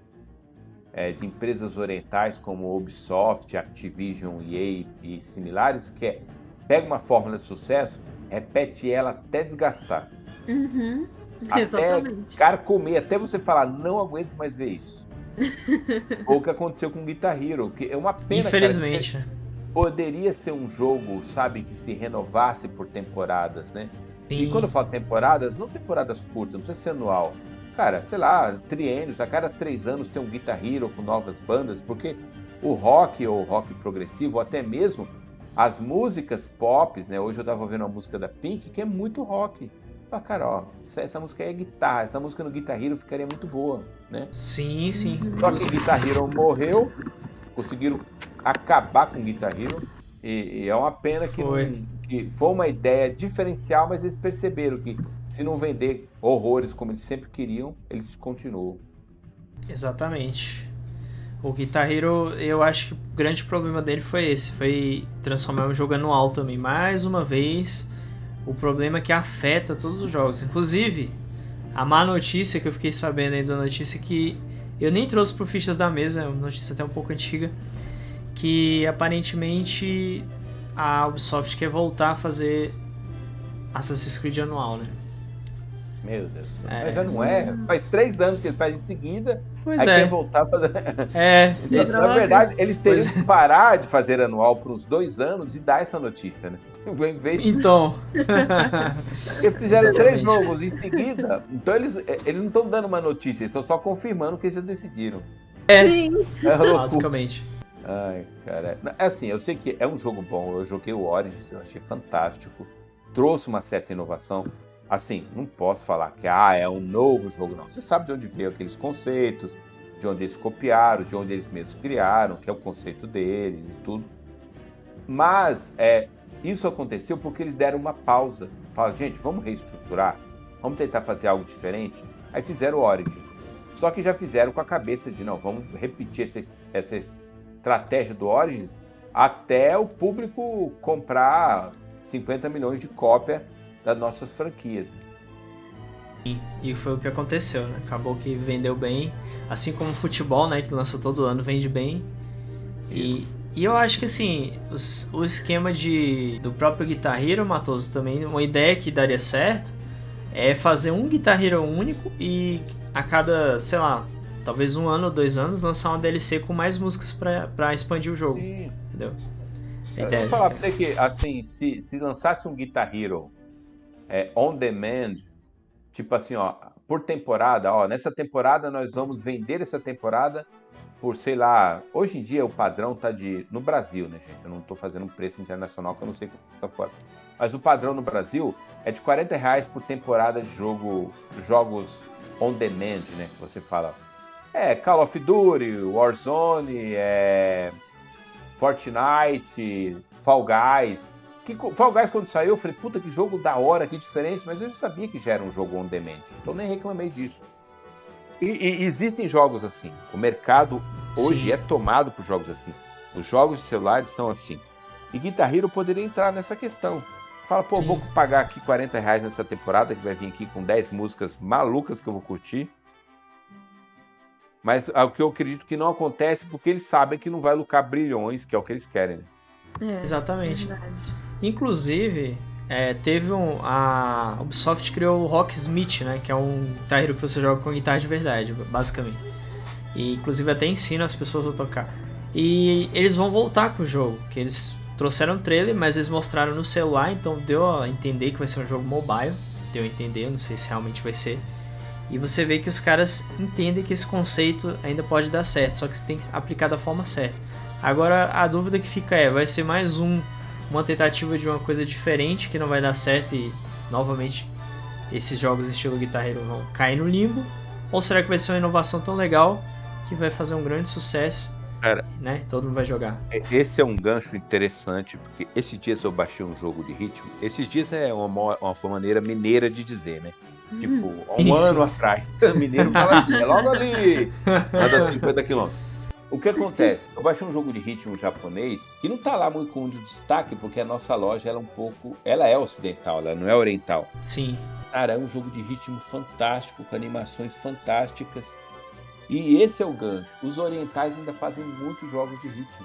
é, de empresas orientais como Ubisoft, Activision, E A e similares, que é pega uma fórmula de sucesso, repete ela até desgastar. Uhum. Até Exatamente. carcomer, até você falar, não aguento mais ver isso. Ou o que aconteceu com Guitar Hero, que é uma pena, Infelizmente, cara, né? que poderia ser um jogo, sabe, que se renovasse por temporadas, né? E Sim. quando eu falo temporadas, não temporadas curtas, não precisa ser anual. Cara, sei lá, triênios, a cada três anos tem um Guitar Hero com novas bandas, porque o rock ou rock progressivo, ou até mesmo as músicas pop, né? Hoje eu tava ouvindo uma música da Pink que é muito rock. Fala, cara, ó, essa, essa música aí é guitarra, essa música no Guitar Hero ficaria muito boa, né? Sim, sim. Só que o Guitar Hero morreu, conseguiram acabar com o Guitar Hero, e, e é uma pena que, Foi. não, que foi uma ideia diferencial, mas eles perceberam que se não vender horrores como eles sempre queriam, eles continuam. Exatamente. O Guitar Hero, eu acho que o grande problema dele foi esse, foi transformar um jogo anual também. Mais uma vez, o problema é que afeta todos os jogos. Inclusive, a má notícia que eu fiquei sabendo aí da notícia que eu nem trouxe pro Fichas da Mesa, é uma notícia até um pouco antiga, que aparentemente a Ubisoft quer voltar a fazer Assassin's Creed anual, né? Meu Deus. É. Mas já não é. Faz três anos que eles fazem em seguida, Pois aí é. quer voltar a fazer. É, Então, esse- na verdade, eles teriam Pois que parar de fazer anual por uns dois anos e dar essa notícia, né? Em vez de então. Eles fizeram três Exatamente. jogos em seguida, então eles, eles não estão dando uma notícia, eles estão só confirmando o que eles já decidiram. Sim. É loucura. Basicamente. Ai, cara. É assim, eu sei que é um jogo bom, eu joguei o Origins, eu achei fantástico, trouxe uma certa inovação. Assim, não posso falar que ah, é um novo jogo, não. Você sabe de onde veio aqueles conceitos, de onde eles copiaram, de onde eles mesmos criaram, que é o conceito deles e tudo. Mas é, isso aconteceu porque eles deram uma pausa. Falaram, gente, vamos reestruturar, vamos tentar fazer algo diferente. Aí fizeram o Origins. Só que já fizeram com a cabeça de, não, vamos repetir essa, essa estratégia do Origins até o público comprar cinquenta milhões de cópia das nossas franquias. E foi o que aconteceu, né? Acabou que vendeu bem, assim como o futebol, né? Que lança todo ano, vende bem. E, e eu acho que assim, os, o esquema de, do próprio Guitar Hero, Matoso, também, uma ideia que daria certo é fazer um Guitar Hero único e a cada, sei lá, talvez um ano ou dois anos, lançar uma D L C com mais músicas pra, pra expandir o jogo, Sim. entendeu? A Eu ideia- vou falar pra você que, assim, se, se lançasse um Guitar Hero é, on demand, tipo assim, ó, por temporada, ó, nessa temporada nós vamos vender essa temporada por, sei lá, hoje em dia o padrão tá de, no Brasil, né, gente? Eu não tô fazendo um preço internacional que eu não sei como tá fora. Mas o padrão no Brasil é de quarenta reais por temporada de jogo, jogos on demand, né, que você fala. É, Call of Duty, Warzone, é... Fortnite, Fall Guys. Que, Fall Guys, quando saiu, eu falei, puta, que jogo da hora, que diferente, mas eu já sabia que já era um jogo on demand, então nem reclamei disso. E, e existem jogos assim, o mercado hoje Sim. é tomado por jogos assim, os jogos de celulares são assim, e Guitar Hero poderia entrar nessa questão. Fala, pô, Sim. vou pagar aqui quarenta reais nessa temporada, que vai vir aqui com dez músicas malucas que eu vou curtir, Mas o que eu acredito que não acontece porque eles sabem que não vai lucrar bilhões, que é o que eles querem. Né? É, Exatamente. verdade. Inclusive, é, teve um... A Ubisoft criou o Rocksmith, né? Que é um Guitar Hero que você joga com guitarra de verdade, basicamente. E inclusive até ensina as pessoas a tocar. E eles vão voltar com o jogo, que eles trouxeram um trailer, mas eles mostraram no celular, então deu a entender que vai ser um jogo mobile. Deu a entender, não sei se realmente vai ser. E você vê que os caras entendem que esse conceito ainda pode dar certo, só que você tem que aplicar da forma certa. Agora a dúvida que fica é, vai ser mais um, uma tentativa de uma coisa diferente que não vai dar certo e novamente esses jogos estilo Guitar Hero vão cair no limbo? Ou será que vai ser uma inovação tão legal que vai fazer um grande sucesso, Cara, né? Todo mundo vai jogar. esse é um gancho interessante, porque esses dias eu baixei um jogo de ritmo. Esses dias é uma, uma maneira mineira de dizer, né? Tipo, há um Isso. ano atrás. Mineiro fala assim, é logo ali, anda cinquenta quilômetros. O que acontece? Eu baixei um jogo de ritmo japonês que não tá lá muito com destaque, porque a nossa loja ela é um pouco. Ela é ocidental, ela não é oriental. Sim. Cara, é um jogo de ritmo fantástico, com animações fantásticas. E esse é o gancho. Os orientais ainda fazem muitos jogos de ritmo.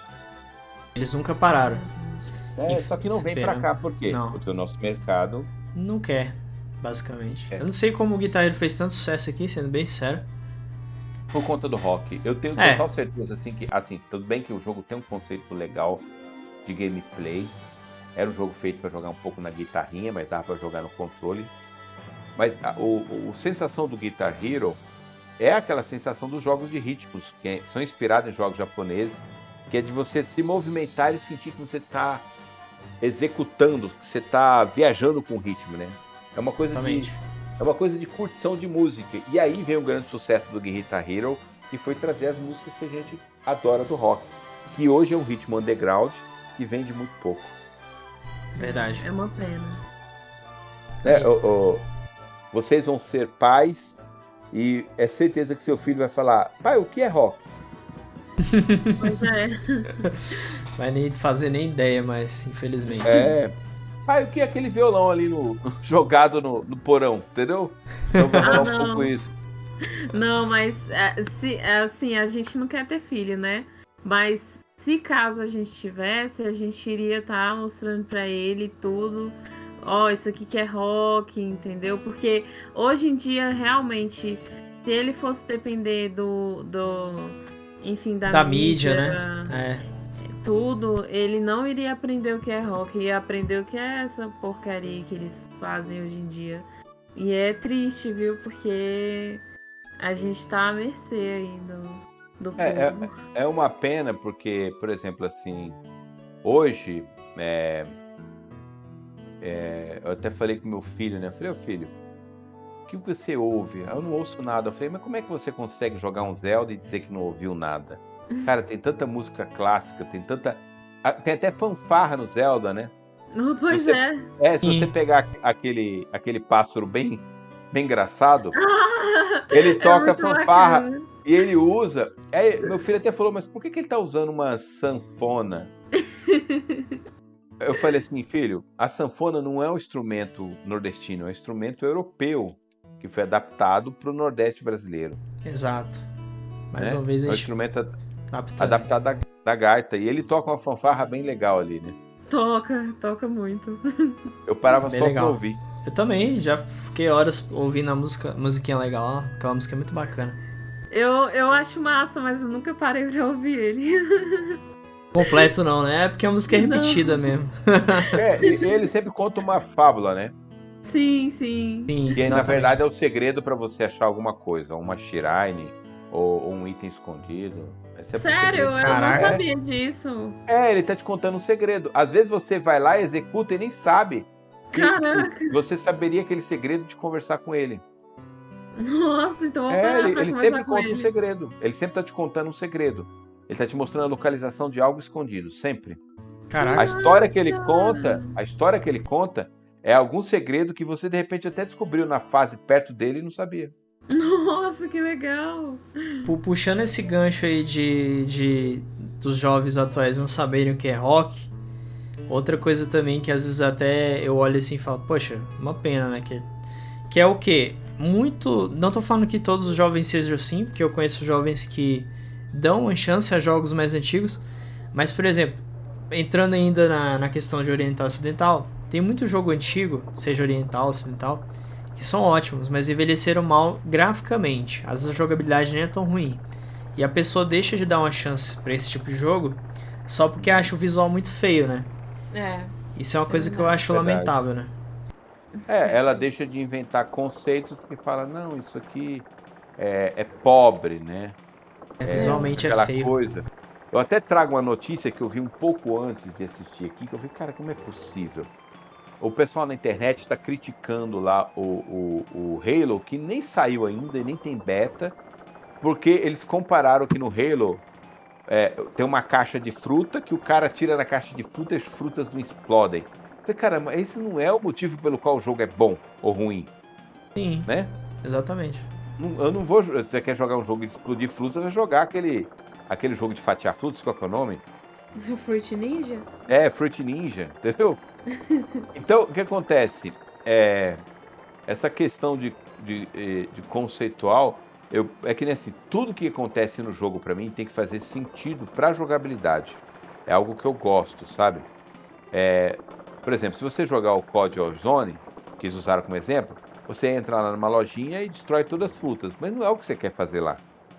Eles nunca pararam. É, E só que não vem pena. pra cá, por quê? Não. Porque o nosso mercado. Não quer, basicamente. É. Eu não sei como o Guitar Hero fez tanto sucesso aqui, sendo bem sério. Por conta do rock. Eu tenho É. total certeza, assim, que, assim, tudo bem que o jogo tem um conceito legal de gameplay. Era um jogo feito para jogar um pouco na guitarrinha, mas dava para jogar no controle. Mas a o, o sensação do Guitar Hero é aquela sensação dos jogos de ritmos, que é- são inspirados em jogos japoneses, que é de você se movimentar e sentir que você está executando, que você está viajando com o ritmo, né? É uma coisa de Exatamente. é uma coisa de curtição de música. E aí vem o grande sucesso do Guitar Hero, que foi trazer as músicas que a gente adora do rock, que hoje é um ritmo underground que vende muito pouco. Verdade. É uma pena. Né? O- o- vocês vão ser pais e é certeza que seu filho vai falar: pai, o que é rock? Pois é. Vai nem fazer nem ideia, mas infelizmente. É. Pai, o que é aquele violão ali no, jogado no, no porão? Entendeu? Então vai rolar Ah, um não. pouco isso. Não, mas é, se, é, assim, a gente não quer ter filho, né? Mas se caso a gente tivesse, a gente iria estar mostrando pra ele tudo. Ó, isso aqui que é rock, entendeu? Porque hoje em dia, realmente, se ele fosse depender do, do enfim, da, Da mídia, né? É. tudo, ele não iria aprender o que é rock, ia aprender o que é essa porcaria que eles fazem hoje em dia. E é triste, viu? Porque a gente tá à mercê aí do, do É, povo. É uma pena porque, por exemplo, assim, hoje, é, é, eu até falei com meu filho, né? Eu falei, ô filho, o que você ouve? Eu não ouço nada. Eu falei, mas como é que você consegue jogar um Zelda e dizer que não ouviu nada? Cara, tem tanta música clássica, tem tanta. ah, Tem até fanfarra no Zelda, né? Oh, pois você- é. É, se Sim. você pegar aquele, aquele pássaro bem, bem engraçado, ele toca É muito fanfarra. bacana. E ele usa. Aí, meu filho até falou, mas por que, que ele tá usando uma sanfona? Eu falei assim, filho, a sanfona não é um instrumento nordestino, é um instrumento europeu que foi adaptado para o Nordeste brasileiro. Exato. Mais né? uma vez É a um gente instrumento ad- adapta. adaptado da, da gaita. E ele toca uma fanfarra bem legal ali, né? Toca, toca muito. Eu parava Bem só legal. pra ouvir. Eu também, já fiquei horas ouvindo a música, musiquinha legal, aquela música é muito bacana. Eu, eu acho massa, mas eu nunca parei pra ouvir ele. Completo não, né? É porque a música é Não. repetida mesmo. É, e ele sempre conta uma fábula, né? Sim, sim. Sim, Que na exatamente. verdade é o segredo pra você achar alguma coisa, uma shrine ou, ou um item escondido. É sempre um Sério, segredo. eu Caraca. não sabia disso. É, ele tá te contando um segredo. Às vezes você vai lá, executa e nem sabe. que Caraca. Você saberia aquele segredo de conversar com ele. Nossa, então eu vou É, parar ele, pra ele conversar sempre com conta um ele. segredo. Ele sempre tá te contando um segredo. Ele tá te mostrando a localização de algo escondido, sempre. A Caraca, história que ele Nossa! conta, a história que ele conta é algum segredo que você de repente até descobriu na fase perto dele e não sabia. Nossa, que legal. pu- puxando esse gancho aí de, de dos jovens atuais não saberem o que é rock, outra coisa também que às vezes até eu olho assim e falo, poxa, uma pena, né? Que, que é o quê? muito... Não tô falando que todos os jovens sejam assim, porque eu conheço jovens que dão uma chance a jogos mais antigos. Mas, por exemplo, entrando ainda na, na questão de oriental e ocidental, tem muito jogo antigo, seja oriental ou ocidental, que são ótimos, mas envelheceram mal graficamente. Às vezes a jogabilidade nem é tão ruim. E a pessoa deixa de dar uma chance pra esse tipo de jogo só porque acha o visual muito feio, né? É. Isso é uma coisa que eu acho Verdade. lamentável, né? É, ela deixa de inventar conceitos que fala, não, isso aqui é, é pobre, né? É, visualmente é Aquela feio. coisa. Eu até trago uma notícia que eu vi um pouco antes de assistir aqui, que eu vi, cara, como é possível? O pessoal na internet está criticando lá o, o, o Halo, que nem saiu ainda e nem tem beta, porque eles compararam que no Halo é, tem uma caixa de fruta que o cara tira da caixa de fruta e as frutas não explodem. Eu falei, cara, mas esse não é o motivo pelo qual o jogo é bom ou ruim, Sim, né? exatamente. Não- Eu não vou. Se você quer jogar um jogo de explodir frutas, você vai jogar aquele, aquele jogo de fatiar frutas, qual que é o nome? Fruit Ninja? É, Fruit Ninja, entendeu? Então, o que acontece? É, essa questão de, de, eh, de conceitual, eu, é que nem assim, tudo que acontece no jogo pra mim tem que fazer sentido pra jogabilidade. É algo que eu gosto, sabe? É, por exemplo, se você jogar o C O D Warzone, que eles usaram como exemplo, você entra lá numa lojinha e destrói todas as frutas, mas não é o que você quer fazer lá,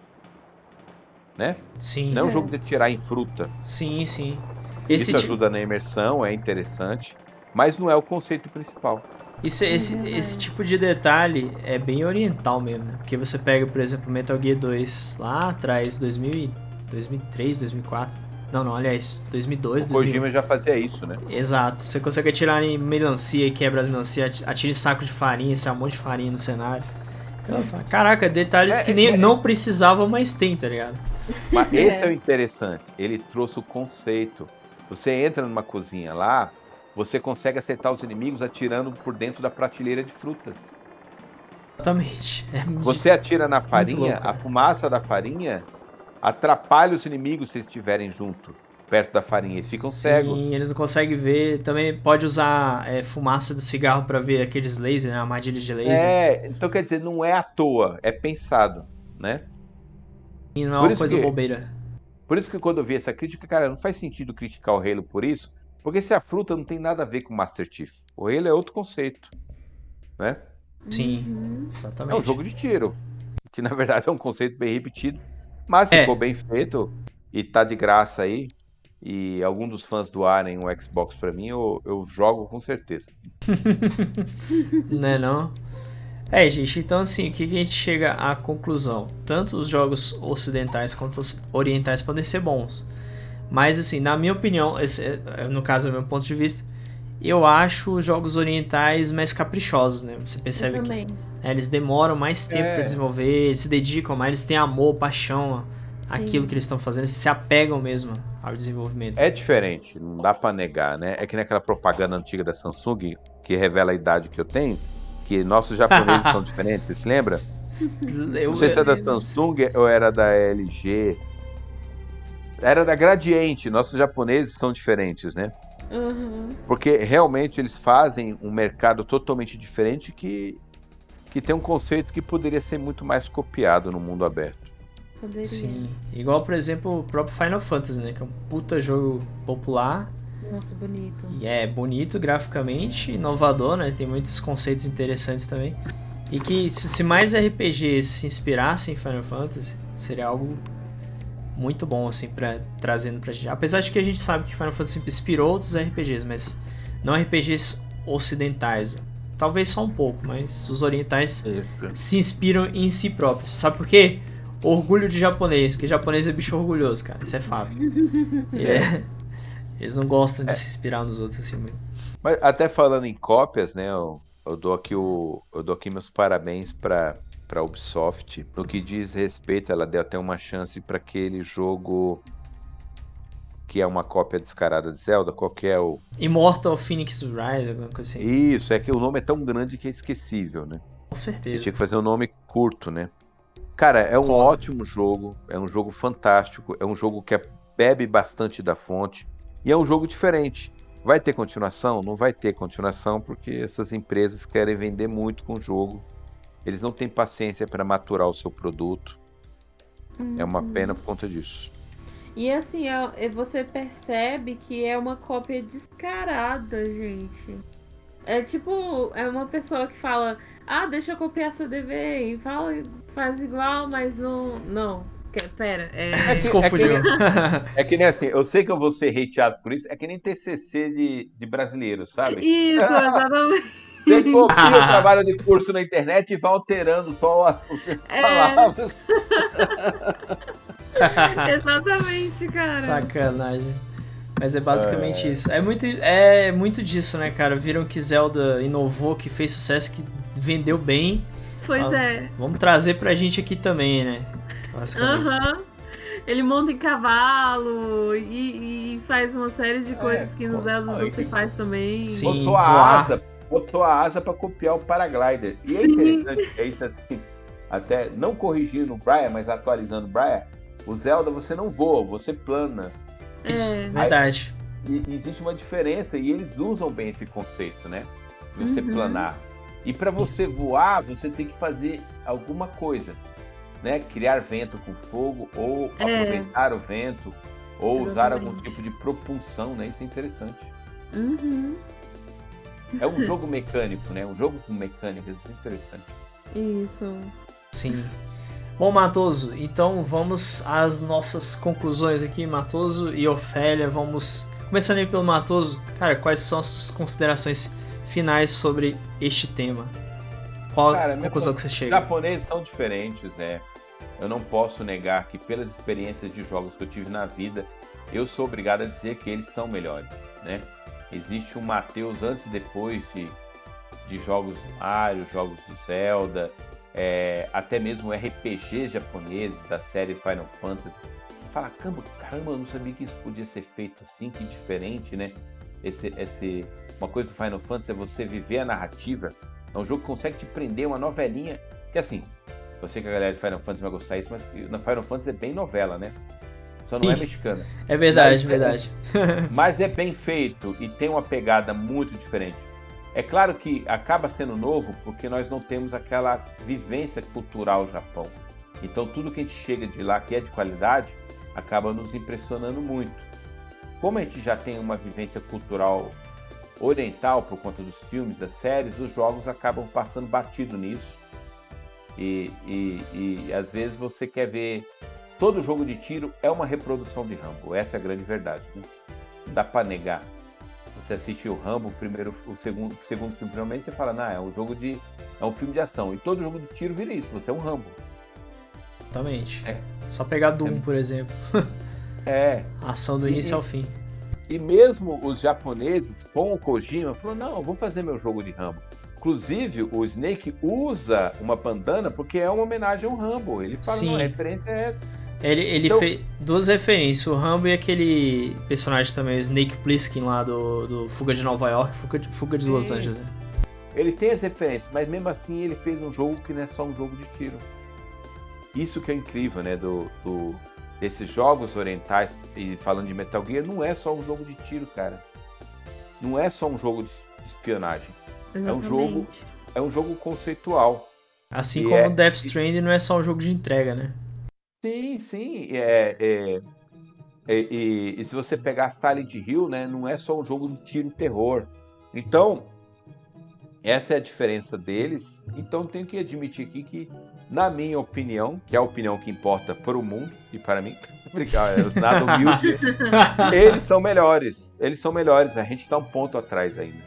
né? Sim, Não é um jogo de tirar em fruta. sim, sim. Esse, Isso ti- ajuda na imersão, é interessante, mas não é o conceito principal. isso, esse, esse tipo de detalhe é bem oriental mesmo, né? Porque você pega, por exemplo, Metal Gear dois lá atrás, dois mil, e- dois mil e três, dois mil e quatro. Não, não, aliás, dois mil e dois, O dois mil e um. Kojima já fazia isso, né? Exato. Você consegue atirar em melancia e quebra as melancias, atira em saco de farinha, sai um monte de farinha no cenário. Eu falo, caraca, detalhes É, que nem é, não precisavam, mas tem, tá ligado? Mas esse é o interessante. Ele trouxe o conceito. Você entra numa cozinha lá, você consegue acertar os inimigos atirando por dentro da prateleira de frutas. Exatamente. É muito, Você atira na muito farinha, louco, a cara. fumaça da farinha atrapalha os inimigos se eles estiverem junto, perto da farinha, e ficam cegos. Sim, eles não conseguem ver. Também pode usar é, fumaça do cigarro pra ver aqueles lasers, né? Armadilhas de laser. É, então quer dizer, não é à toa, é pensado, né? E não é Por uma isso coisa que, bobeira. por isso que quando eu vi essa crítica, cara, não faz sentido criticar o Halo por isso, porque se a fruta não tem nada a ver com Master Chief. O Halo é outro conceito, né? Sim, Uhum. É um exatamente. jogo de tiro, que na verdade é um conceito bem repetido, mas se É. for bem feito e tá de graça aí, e algum dos fãs doarem um Xbox pra mim, eu, eu jogo com certeza. Né não? É, gente, então assim, o que, que a gente chega à conclusão? Tanto os jogos ocidentais quanto os orientais podem ser bons. Mas assim, na minha opinião, esse é, no caso, é o meu ponto de vista, eu acho os jogos orientais mais caprichosos, né? Você percebe Eu que também. é, eles demoram mais tempo É. pra desenvolver, eles se dedicam mais, eles têm amor, paixão àquilo que eles estão fazendo, eles se apegam mesmo ao desenvolvimento. É diferente, não dá pra negar, né? É que nem aquela propaganda antiga da Samsung, que revela a idade que eu tenho, que nossos japoneses são diferentes, você se lembra? Eu, Não sei se é da eu- Samsung ou era da L G. Era da Gradiente, nossos japoneses são diferentes, né? Uhum. Porque realmente eles fazem um mercado totalmente diferente que, que tem um conceito que poderia ser muito mais copiado no mundo aberto. Poderia. Sim, igual por exemplo o próprio Final Fantasy, né? Que é um puta jogo popular Nossa, bonito. e é bonito graficamente, inovador, né? Tem muitos conceitos interessantes também. E que se se mais R P Gs se inspirassem em Final Fantasy, seria algo muito bom, assim, pra, trazendo pra gente. Apesar de que a gente sabe que Final Fantasy inspirou outros R P Gs, mas não R P Gs ocidentais. Talvez só um pouco, mas os orientais se inspiram em si próprios. Sabe por quê? Orgulho de japonês, porque japonês é bicho orgulhoso, cara. Isso é fato. É. Eles não gostam de se inspirar nos outros assim muito. Mas até falando em cópias, né? Eu, eu dou aqui o, eu dou aqui meus parabéns para para Ubisoft no que diz respeito. Ela deu até uma chance para aquele jogo que é uma cópia descarada de Zelda. Qual que é o? Immortal Phoenix Rise, alguma coisa assim. Isso, é que o nome é tão grande que é esquecível, né? Com Eu certeza. tinha que fazer um nome curto, né? Cara, é um Claro. ótimo jogo, é um jogo fantástico, é um jogo que bebe bastante da fonte e é um jogo diferente. Vai ter continuação? Não vai ter continuação porque essas empresas querem vender muito com o jogo eles não têm paciência para maturar o seu produto. Uhum. É uma pena por conta disso. E assim, é, você percebe que é uma cópia descarada, gente. É tipo, é uma pessoa que fala, ah, deixa eu copiar seu D V e fala, faz igual, mas não. Não. Que- Pera, é. Se confundiu. É que nem assim, eu sei que eu vou ser hateado por isso, é que nem T C C de, de brasileiro, sabe? Isso, exatamente. Você copia o trabalho de curso na internet e vai alterando só as, as É. palavras. Exatamente, cara. Sacanagem. Mas é basicamente é. isso. É muito, é muito disso, né, cara? Viram que Zelda inovou, que fez sucesso, que vendeu bem. Pois ah, é. Vamos trazer pra gente aqui também, né? Aham. Uhum. Ele monta em cavalo e, e faz uma série de coisas é, que no Zelda você que... faz também. Sim, botou a voar. asa, botou a asa pra copiar o paraglider. E Sim. é interessante, é isso assim, até não corrigindo o Brian, mas atualizando o Brian, o Zelda você não voa, você plana. Isso, é verdade. Aí, e existe uma diferença e eles usam bem esse conceito, né? De você uhum. planar. E para você voar, você tem que fazer alguma coisa, né? Criar vento com fogo, ou é. aproveitar o vento, ou Exatamente. usar algum tipo de propulsão, né? Isso é interessante. Uhum. É um jogo mecânico, né? Um jogo com mecânicas, isso é interessante. Isso. Sim. Bom, Matoso, então vamos às nossas conclusões aqui, Matoso e Ofélia. Vamos, começando aí pelo Matoso, cara, quais são as suas considerações finais sobre este tema? Qual cara, a conclusão que você chega? Os japoneses são diferentes, né? Eu não posso negar que pelas experiências de jogos que eu tive na vida, eu sou obrigado a dizer que eles são melhores, né? Existe um Matheus antes e depois de, de jogos do Mario, jogos do Zelda... É, até mesmo R P Gs japoneses da série Final Fantasy. Fala, caramba, caramba, eu não sabia que isso podia ser feito assim, que diferente, né? Esse, esse, uma coisa do Final Fantasy é você viver a narrativa. É um jogo que consegue te prender, uma novelinha. Que assim, eu sei que a galera de Final Fantasy vai gostar disso, mas na Final Fantasy é bem novela, né? Só não é mexicana. É verdade, mas, verdade. É, mas é bem feito e tem uma pegada muito diferente. É claro que acaba sendo novo porque nós não temos aquela vivência cultural do Japão. Então tudo que a gente chega de lá que é de qualidade acaba nos impressionando muito. Como a gente já tem uma vivência cultural oriental por conta dos filmes, das séries, os jogos acabam passando batido nisso. E, e, e às vezes você quer ver... Todo jogo de tiro é uma reprodução de Rambo. Essa é a grande verdade, né? Não dá pra negar. Você assiste o Rambo, o primeiro, o segundo, o segundo filme, primeiramente, você fala, não, é um jogo de. É um filme de ação. E todo jogo de tiro vira isso, você é um Rambo. Exatamente. É. Só pegar Doom, por exemplo. É. Ação do início e, ao fim. E mesmo os japoneses, com o Kojima, falou, não, eu vou fazer meu jogo de Rambo. Inclusive, o Snake usa uma bandana porque é uma homenagem ao Rambo. Ele fala, Sim. não, a referência é essa. Ele, ele então, fez duas referências, o Rambo e aquele personagem também, o Snake Plissken lá do, do Fuga de Nova York, Fuga de, Fuga de sim. Los Angeles. Né? Ele tem as referências, mas mesmo assim ele fez um jogo que não é só um jogo de tiro. Isso que é incrível, né, do, do, desses jogos orientais, e falando de Metal Gear, não é só um jogo de tiro, cara. Não é só um jogo de espionagem. Exatamente. É um jogo, é um jogo conceitual. Assim como é, Death Stranding não é só um jogo de entrega, né? Sim, sim. É, é, é, e, e se você pegar Silent Hill, né, não é só um jogo de tiro e terror. Então, essa é a diferença deles. Então, tenho que admitir aqui que, na minha opinião, que é a opinião que importa para o mundo e para mim, nada humilde, eles são melhores. Eles são melhores. A gente está um ponto atrás ainda.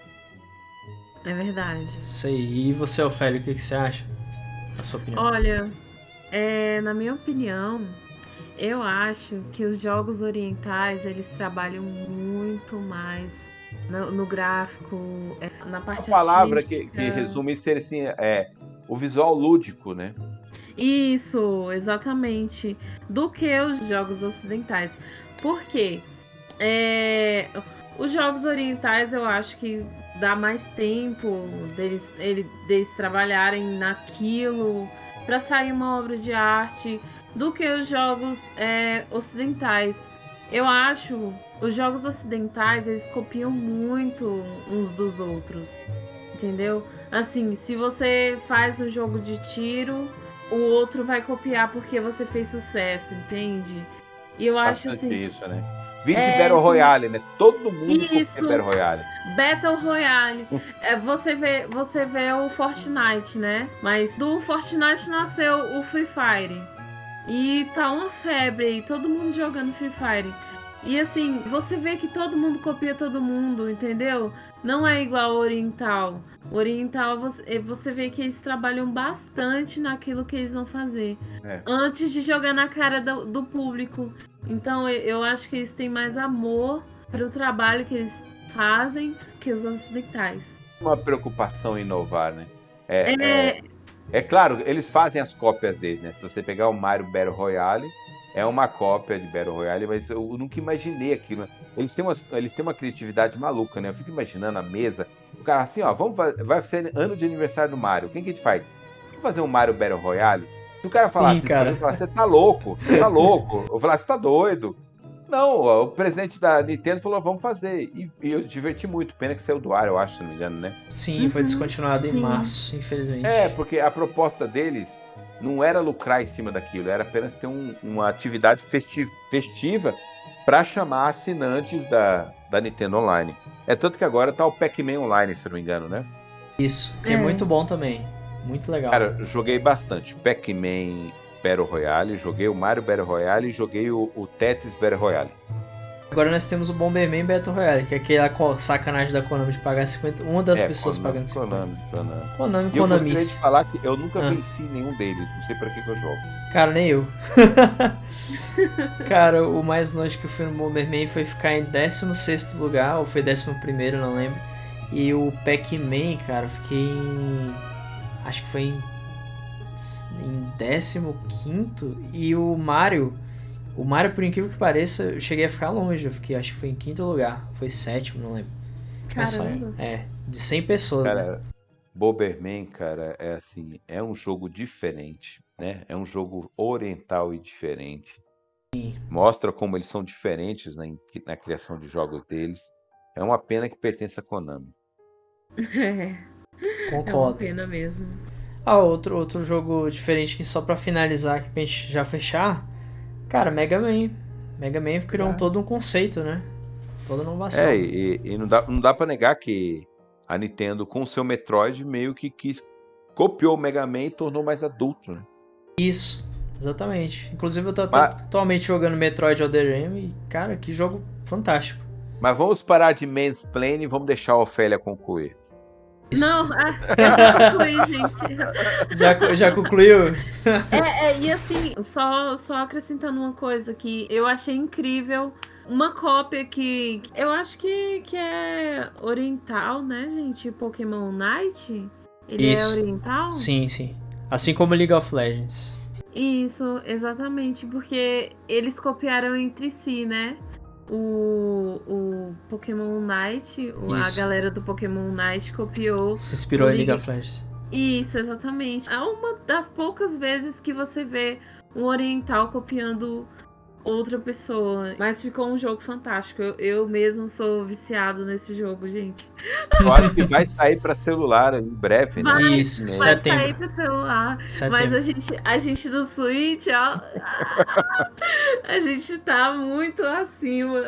É verdade. Isso aí. E você, Ofélio, o que, que você acha? A sua opinião? Olha... É, na minha opinião, eu acho que os jogos orientais, eles trabalham muito mais no, no gráfico, na parte artística. A palavra que, que resume ser assim, é o visual lúdico, né? Isso, exatamente. Do que os jogos ocidentais. Por quê? É, os jogos orientais, eu acho que dá mais tempo deles, deles trabalharem naquilo... para sair uma obra de arte do que os jogos é, ocidentais. Eu acho os jogos ocidentais, eles copiam muito uns dos outros, entendeu? Assim, se você faz um jogo de tiro, o outro vai copiar porque você fez sucesso, entende? E eu acho Bastante assim. isso, né? Vídeo de É, Battle Royale, né? Todo mundo copia isso, Battle Royale. Battle Royale. É, você vê, você vê o Fortnite, né? Mas do Fortnite nasceu o Free Fire. E tá uma febre aí, todo mundo jogando Free Fire. E assim, você vê que todo mundo copia todo mundo, entendeu? Não é igual ao Oriental. O Oriental, você, você vê que eles trabalham bastante naquilo que eles vão fazer. É. Antes de jogar na cara do, do público. Então eu, eu acho que eles têm mais amor para o trabalho que eles fazem que os ocidentais. Uma preocupação em inovar, né? É, É, é, é claro, eles fazem as cópias deles, né? Se você pegar o Mario Battle Royale, é uma cópia de Battle Royale, mas eu nunca imaginei aquilo. Né? Eles têm, uma, eles têm uma criatividade maluca, né? Eu fico imaginando a mesa, o cara assim, ó, vamos fazer, vai ser ano de aniversário do Mario. Quem que a gente faz? Vamos fazer um Mario Battle Royale? Se o cara falasse Sim, isso pra mim, cara. eu falasse, você tá louco, você tá louco. Eu falasse, você tá doido. Não, ó, o presidente da Nintendo falou, vamos fazer. E, e eu diverti muito. Pena que saiu do ar, eu acho, se não me engano, né? Sim, foi Uhum, descontinuado em sim. março, infelizmente. É, porque a proposta deles não era lucrar em cima daquilo, era apenas ter um- uma atividade festi- festiva para chamar assinantes da, da Nintendo Online. É tanto que agora tá o Pac-Man Online, se eu não me engano, né? Isso, que é. É. muito bom também. Muito legal. Cara, eu joguei bastante Pac-Man Battle Royale, joguei o Mario Battle Royale e joguei o, o Tetris Battle Royale. Agora nós temos o Bomberman Battle Royale, que é aquela co- sacanagem da Konami de pagar cinquenta. Uma das É, pessoas Konami, pagando cinquenta. Konami, Konami. Konami, E eu gostaria Konamice. de falar que eu nunca Ah. venci nenhum deles, não sei pra que, que eu jogo. Cara, nem eu. Cara, o mais longe que eu fui no Bomberman foi ficar em décimo sexto lugar, ou foi décimo primeiro, não lembro. E o Pac-Man, cara, eu fiquei em... Acho que foi em... em décimo quinto. E o Mario... O Mario, por incrível que pareça, eu cheguei a ficar longe. Eu fiquei, acho que foi em quinto lugar. Foi sétimo, não lembro. Mas só, Caramba. é, de cem pessoas, né? Cara, Bomberman, cara, é assim, é um jogo diferente, né? É um jogo oriental e diferente. Mostra como eles são diferentes na, na criação de jogos deles. É uma pena que pertence a Konami. É, é uma Concordo. pena mesmo. Ah, outro, outro jogo diferente que só pra finalizar aqui pra gente já fechar. Cara, Mega Man. Mega Man criou Ah. todo um conceito, né? Toda inovação. É, e, e não dá, não dá pra negar que a Nintendo, com o seu Metroid, meio que quis, copiou o Mega Man e tornou mais adulto, né? Isso, exatamente. Inclusive eu tô Mas- atualmente jogando Metroid Other M e, cara, que jogo fantástico. Mas vamos parar de mansplaining e vamos deixar a Ofélia concluir. Isso. Não, ah, eu concluí, gente. Já, já concluiu? É, é, e assim, só, só acrescentando uma coisa que eu achei incrível. Uma cópia que eu acho que, que é oriental, né, gente? Pokémon Night? Ele Isso. é oriental? Sim, sim. Assim como League of Legends. Isso, exatamente, porque eles copiaram entre si, né? O, o Pokémon Night, o- a Isso. galera do Pokémon Night copiou. Se inspirou O em League League- of Legends. Isso, exatamente. É uma das poucas vezes que você vê um oriental copiando outra pessoa. Mas ficou um jogo fantástico. Eu, eu mesmo sou viciado nesse jogo, gente. Eu acho que vai sair para celular em breve, né? Vai, Isso, Né? vai setembro. sair pro celular. Mas Setembro. a gente, a gente do Switch, ó. A gente tá muito acima.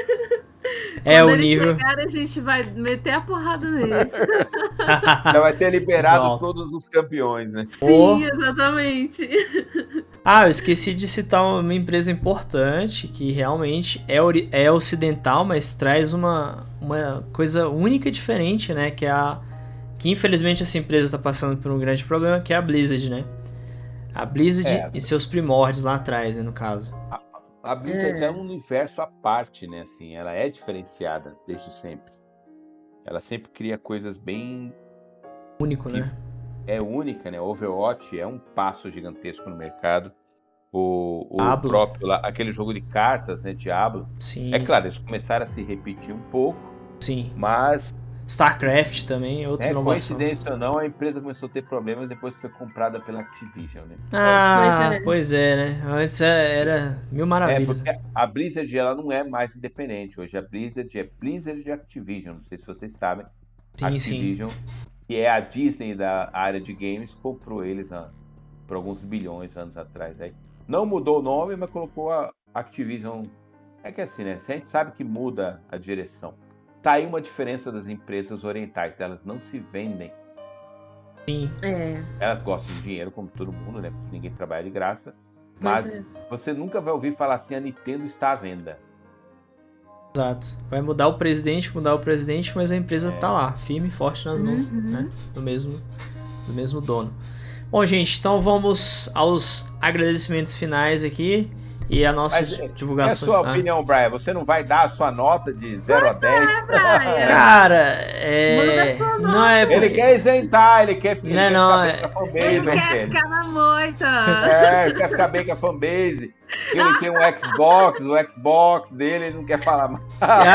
É Quando o eles nível. chegarem, a gente vai meter a porrada neles. Já vai ter liberado Volta. todos os campeões, né? Oh. Sim, exatamente. Ah, eu esqueci de citar uma empresa importante que realmente é, ori- é ocidental, mas traz uma, uma coisa única e diferente, né? Que é a que infelizmente essa empresa está passando por um grande problema, que é a Blizzard, né? A Blizzard É. e seus primórdios lá atrás, né, no caso. A Blizzard É. é um universo à parte, né? Assim, ela é diferenciada desde sempre. Ela sempre cria coisas bem Único, né? é única, né? Overwatch é um passo gigantesco no mercado. O, o Diablo. próprio lá, aquele jogo de cartas, né? Diablo. Sim, É claro, eles começaram a se repetir um pouco, sim. mas StarCraft também é outra é, inovação. coincidência ou não, a empresa começou a ter problemas depois que foi comprada pela Activision, né? Ah, Pois é. pois é, né? Antes é- era mil É, maravilhas. porque a Blizzard ela não é mais independente. Hoje a Blizzard é Blizzard de Activision. Não sei se vocês sabem. Sim, sim. Activision que é a Disney da área de games, comprou eles há, por alguns bilhões anos atrás. Aí não mudou o nome, mas colocou a Activision. É que assim, né? A gente sabe que muda a direção. Tá aí uma diferença das empresas orientais. Elas não se vendem. Sim. É. Elas gostam de dinheiro, como todo mundo, né? Porque ninguém trabalha de graça. Pois Mas é. você nunca vai ouvir falar assim, a Nintendo está à venda. Exato. Vai mudar o presidente, mudar o presidente, mas a empresa É. tá lá, firme e forte nas mãos, Uhum. né? Do mesmo, do mesmo dono. Bom, gente, então vamos aos agradecimentos finais aqui e a nossa Mas, é divulgação. a sua Ah. opinião, Brian? Você não vai dar a sua nota de zero a dez? Brian. Cara, é. Manda sua Não é porque. Ele quer isentar, ele quer, ele Não, quer não, ficar é- bem com a fanbase, Ele né, quer Kelly? ficar na moita. É, ele quer ficar bem com a fanbase. Ele tem um Xbox, o Xbox dele, ele não quer falar mais.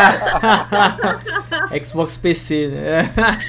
Xbox P C, né?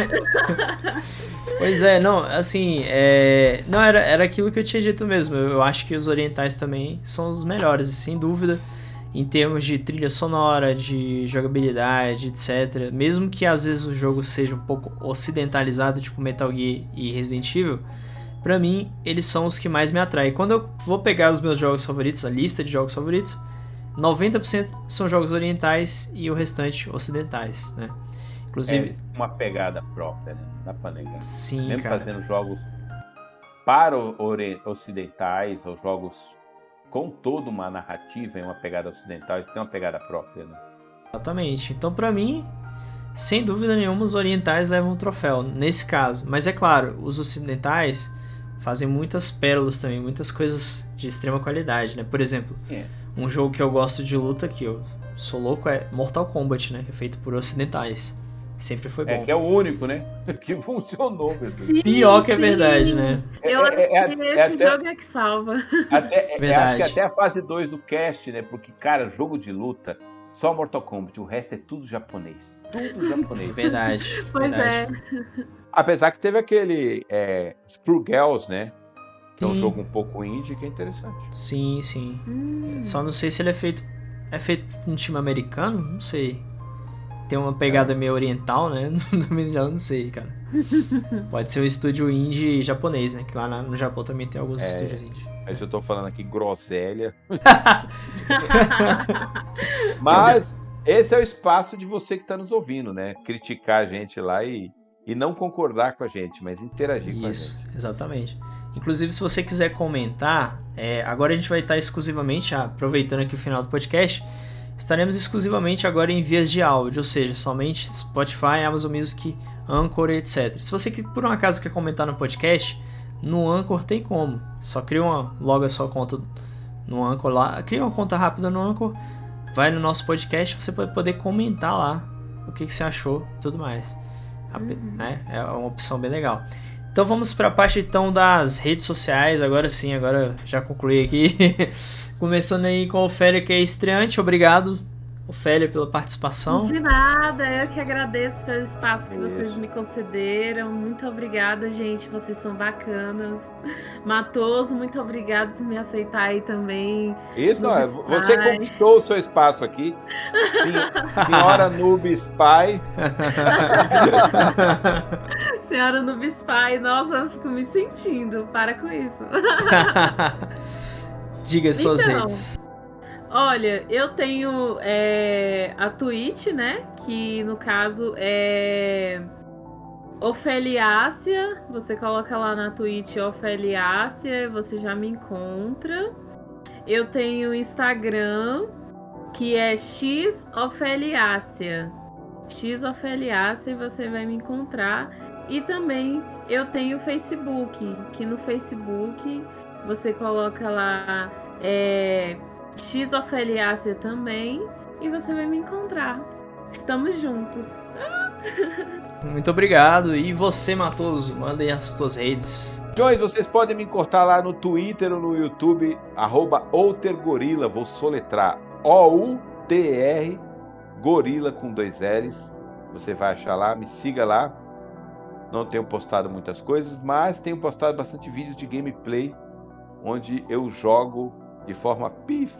Pois é, não, assim, é... não, era, era aquilo que eu tinha dito mesmo. Eu, eu acho que os orientais também são os melhores, sem dúvida, em termos de trilha sonora, de jogabilidade, etcétera. Mesmo que às vezes o jogo seja um pouco ocidentalizado, tipo Metal Gear e Resident Evil, pra mim, eles são os que mais me atraem. Quando eu vou pegar os meus jogos favoritos, a lista de jogos favoritos, noventa por cento são jogos orientais e o restante ocidentais, né? Inclusive, É uma pegada própria, né? Não dá pra negar. sim, Mesmo cara. fazendo jogos para o- ori- ocidentais, ou jogos com toda uma narrativa e uma pegada ocidental, eles têm uma pegada própria, né? Exatamente. Então, pra mim, sem dúvida nenhuma, os orientais levam um troféu, nesse caso. Mas é claro, os ocidentais fazem muitas pérolas também, muitas coisas de extrema qualidade, né? Por exemplo, É. um jogo que eu gosto de luta, que eu sou louco, é Mortal Kombat, né? Que é feito por ocidentais. Sempre foi bom. É, que é o único, né? Que funcionou, meu Deus. Sim, Pior que é sim. verdade, né? Eu É- acho é- é- que é esse até- jogo é que salva. Até, é- Verdade. acho que até a fase dois do cast, né? Porque, cara, jogo de luta, só Mortal Kombat, o resto é tudo japonês. Tudo japonês. Verdade. Pois verdade. é. Apesar que teve aquele é, Screw Girls, né? Que é um Sim. jogo um pouco indie que é interessante. Sim, sim. Hum. Só não sei se ele é feito. É feito por um time americano? Não sei. Tem uma pegada meio oriental, né? Também já não sei, cara. Pode ser um estúdio indie japonês, né? Que lá na- no Japão também tem alguns É. estúdios indie. Mas eu tô falando aqui groselha. Mas esse é o espaço de você que tá nos ouvindo, né? Criticar a gente lá e, e não concordar com a gente, mas interagir com a Isso, gente. exatamente. Inclusive, se você quiser comentar, é, agora a gente vai estar exclusivamente, aproveitando aqui o final do podcast, estaremos exclusivamente agora em vias de áudio, ou seja, somente Spotify, Amazon Music, Anchor, etcétera. Se você que por um acaso quer comentar no podcast, no Anchor tem como. Só cria uma, loga a sua conta no Anchor lá, cria uma conta rápida no Anchor, vai no nosso podcast, você pode poder comentar lá o que, que você achou e tudo mais. A- né? É uma opção bem legal. Então vamos para a parte então das redes sociais, agora sim, agora já concluí aqui. Começando aí com a Ofélia, que é estreante. Obrigado, Ofélia, pela participação. De nada, eu que agradeço pelo espaço que vocês Isso. me concederam. Muito obrigada, gente. Vocês são bacanas. Matoso, muito obrigado por me aceitar aí também. Isso, não, é, Noob você Spy. conquistou o seu espaço aqui. Sen- Senhora Noob Spy. Senhora Noob Spy, nossa, eu fico me sentindo. Para com isso. Diga suas Então, redes. Olha, eu tenho é, a Twitch, né? Que no caso é Ofeliácia. Você coloca lá na Twitch Ofeliácia, você já me encontra. Eu tenho o Instagram, que é X Ofeliácia. X Ofeliácia, e você vai me encontrar. E também eu tenho o Facebook, que no Facebook você coloca lá é, X Ofeliácia também, e você vai me encontrar. Estamos juntos. Muito obrigado. E você, Matoso, manda aí as suas redes. Jones, vocês podem me encontrar lá no Twitter ou no YouTube, arroba outergorila, vou soletrar O U T R, gorila com dois L's. Você vai achar lá, me siga lá. Não tenho postado muitas coisas, mas tenho postado bastante vídeos de gameplay, onde eu jogo de forma pif.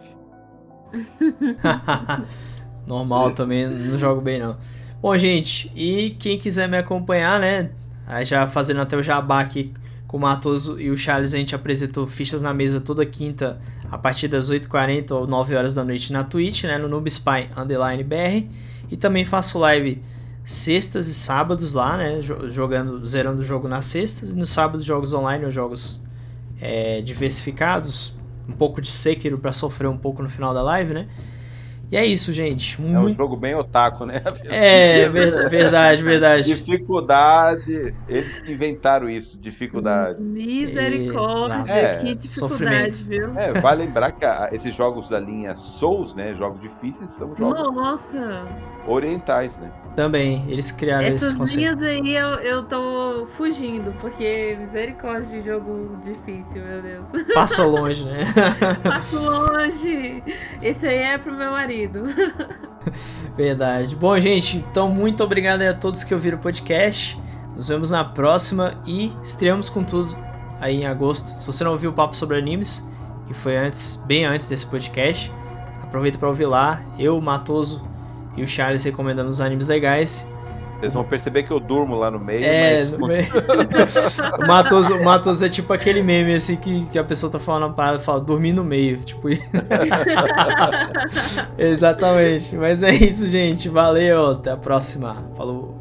Normal também, não jogo bem não. Bom, gente, e quem quiser me acompanhar, né? Aí já fazendo até o jabá aqui com o Matoso e o Charles, a gente apresentou Fichas na Mesa toda quinta a partir das oito e quarenta ou nove horas da noite na Twitch, né, no NoobSpy underline B R. E também faço live sextas e sábados lá, né, jogando, zerando o jogo nas sextas. E nos sábados jogos online ou jogos é, diversificados. Um pouco de Sekiro pra sofrer um pouco no final da live, né. E é isso, gente. Muito... É um jogo bem otaku, né? É, verdade, verdade. Dificuldade, eles que inventaram isso, dificuldade. Misericórdia, é, que dificuldade, sofrimento. Viu? É, vale lembrar que a, esses jogos da linha Souls, né, jogos difíceis, são jogos Nossa. orientais, né? Também, eles criaram Essas esse conceito. linhas aí eu, eu tô fugindo, porque misericórdia de jogo difícil, meu Deus. Passa longe, né? Passo longe. Esse aí é pro meu marido. Verdade. Bom, gente, então muito obrigado a todos que ouviram o podcast. Nos vemos na próxima e estreamos com tudo aí em agosto. Se você não ouviu o Papo sobre Animes, que foi antes, bem antes desse podcast, aproveita para ouvir lá. Eu, o Matoso e o Charles recomendando os animes legais. Vocês vão perceber que eu durmo lá no meio, é, mas... No meio. o, Matoso, o Matoso é tipo aquele meme assim que, que a pessoa tá falando uma parada e fala, dormir no meio. Tipo... Exatamente. Mas é isso, gente. Valeu. Até a próxima. Falou.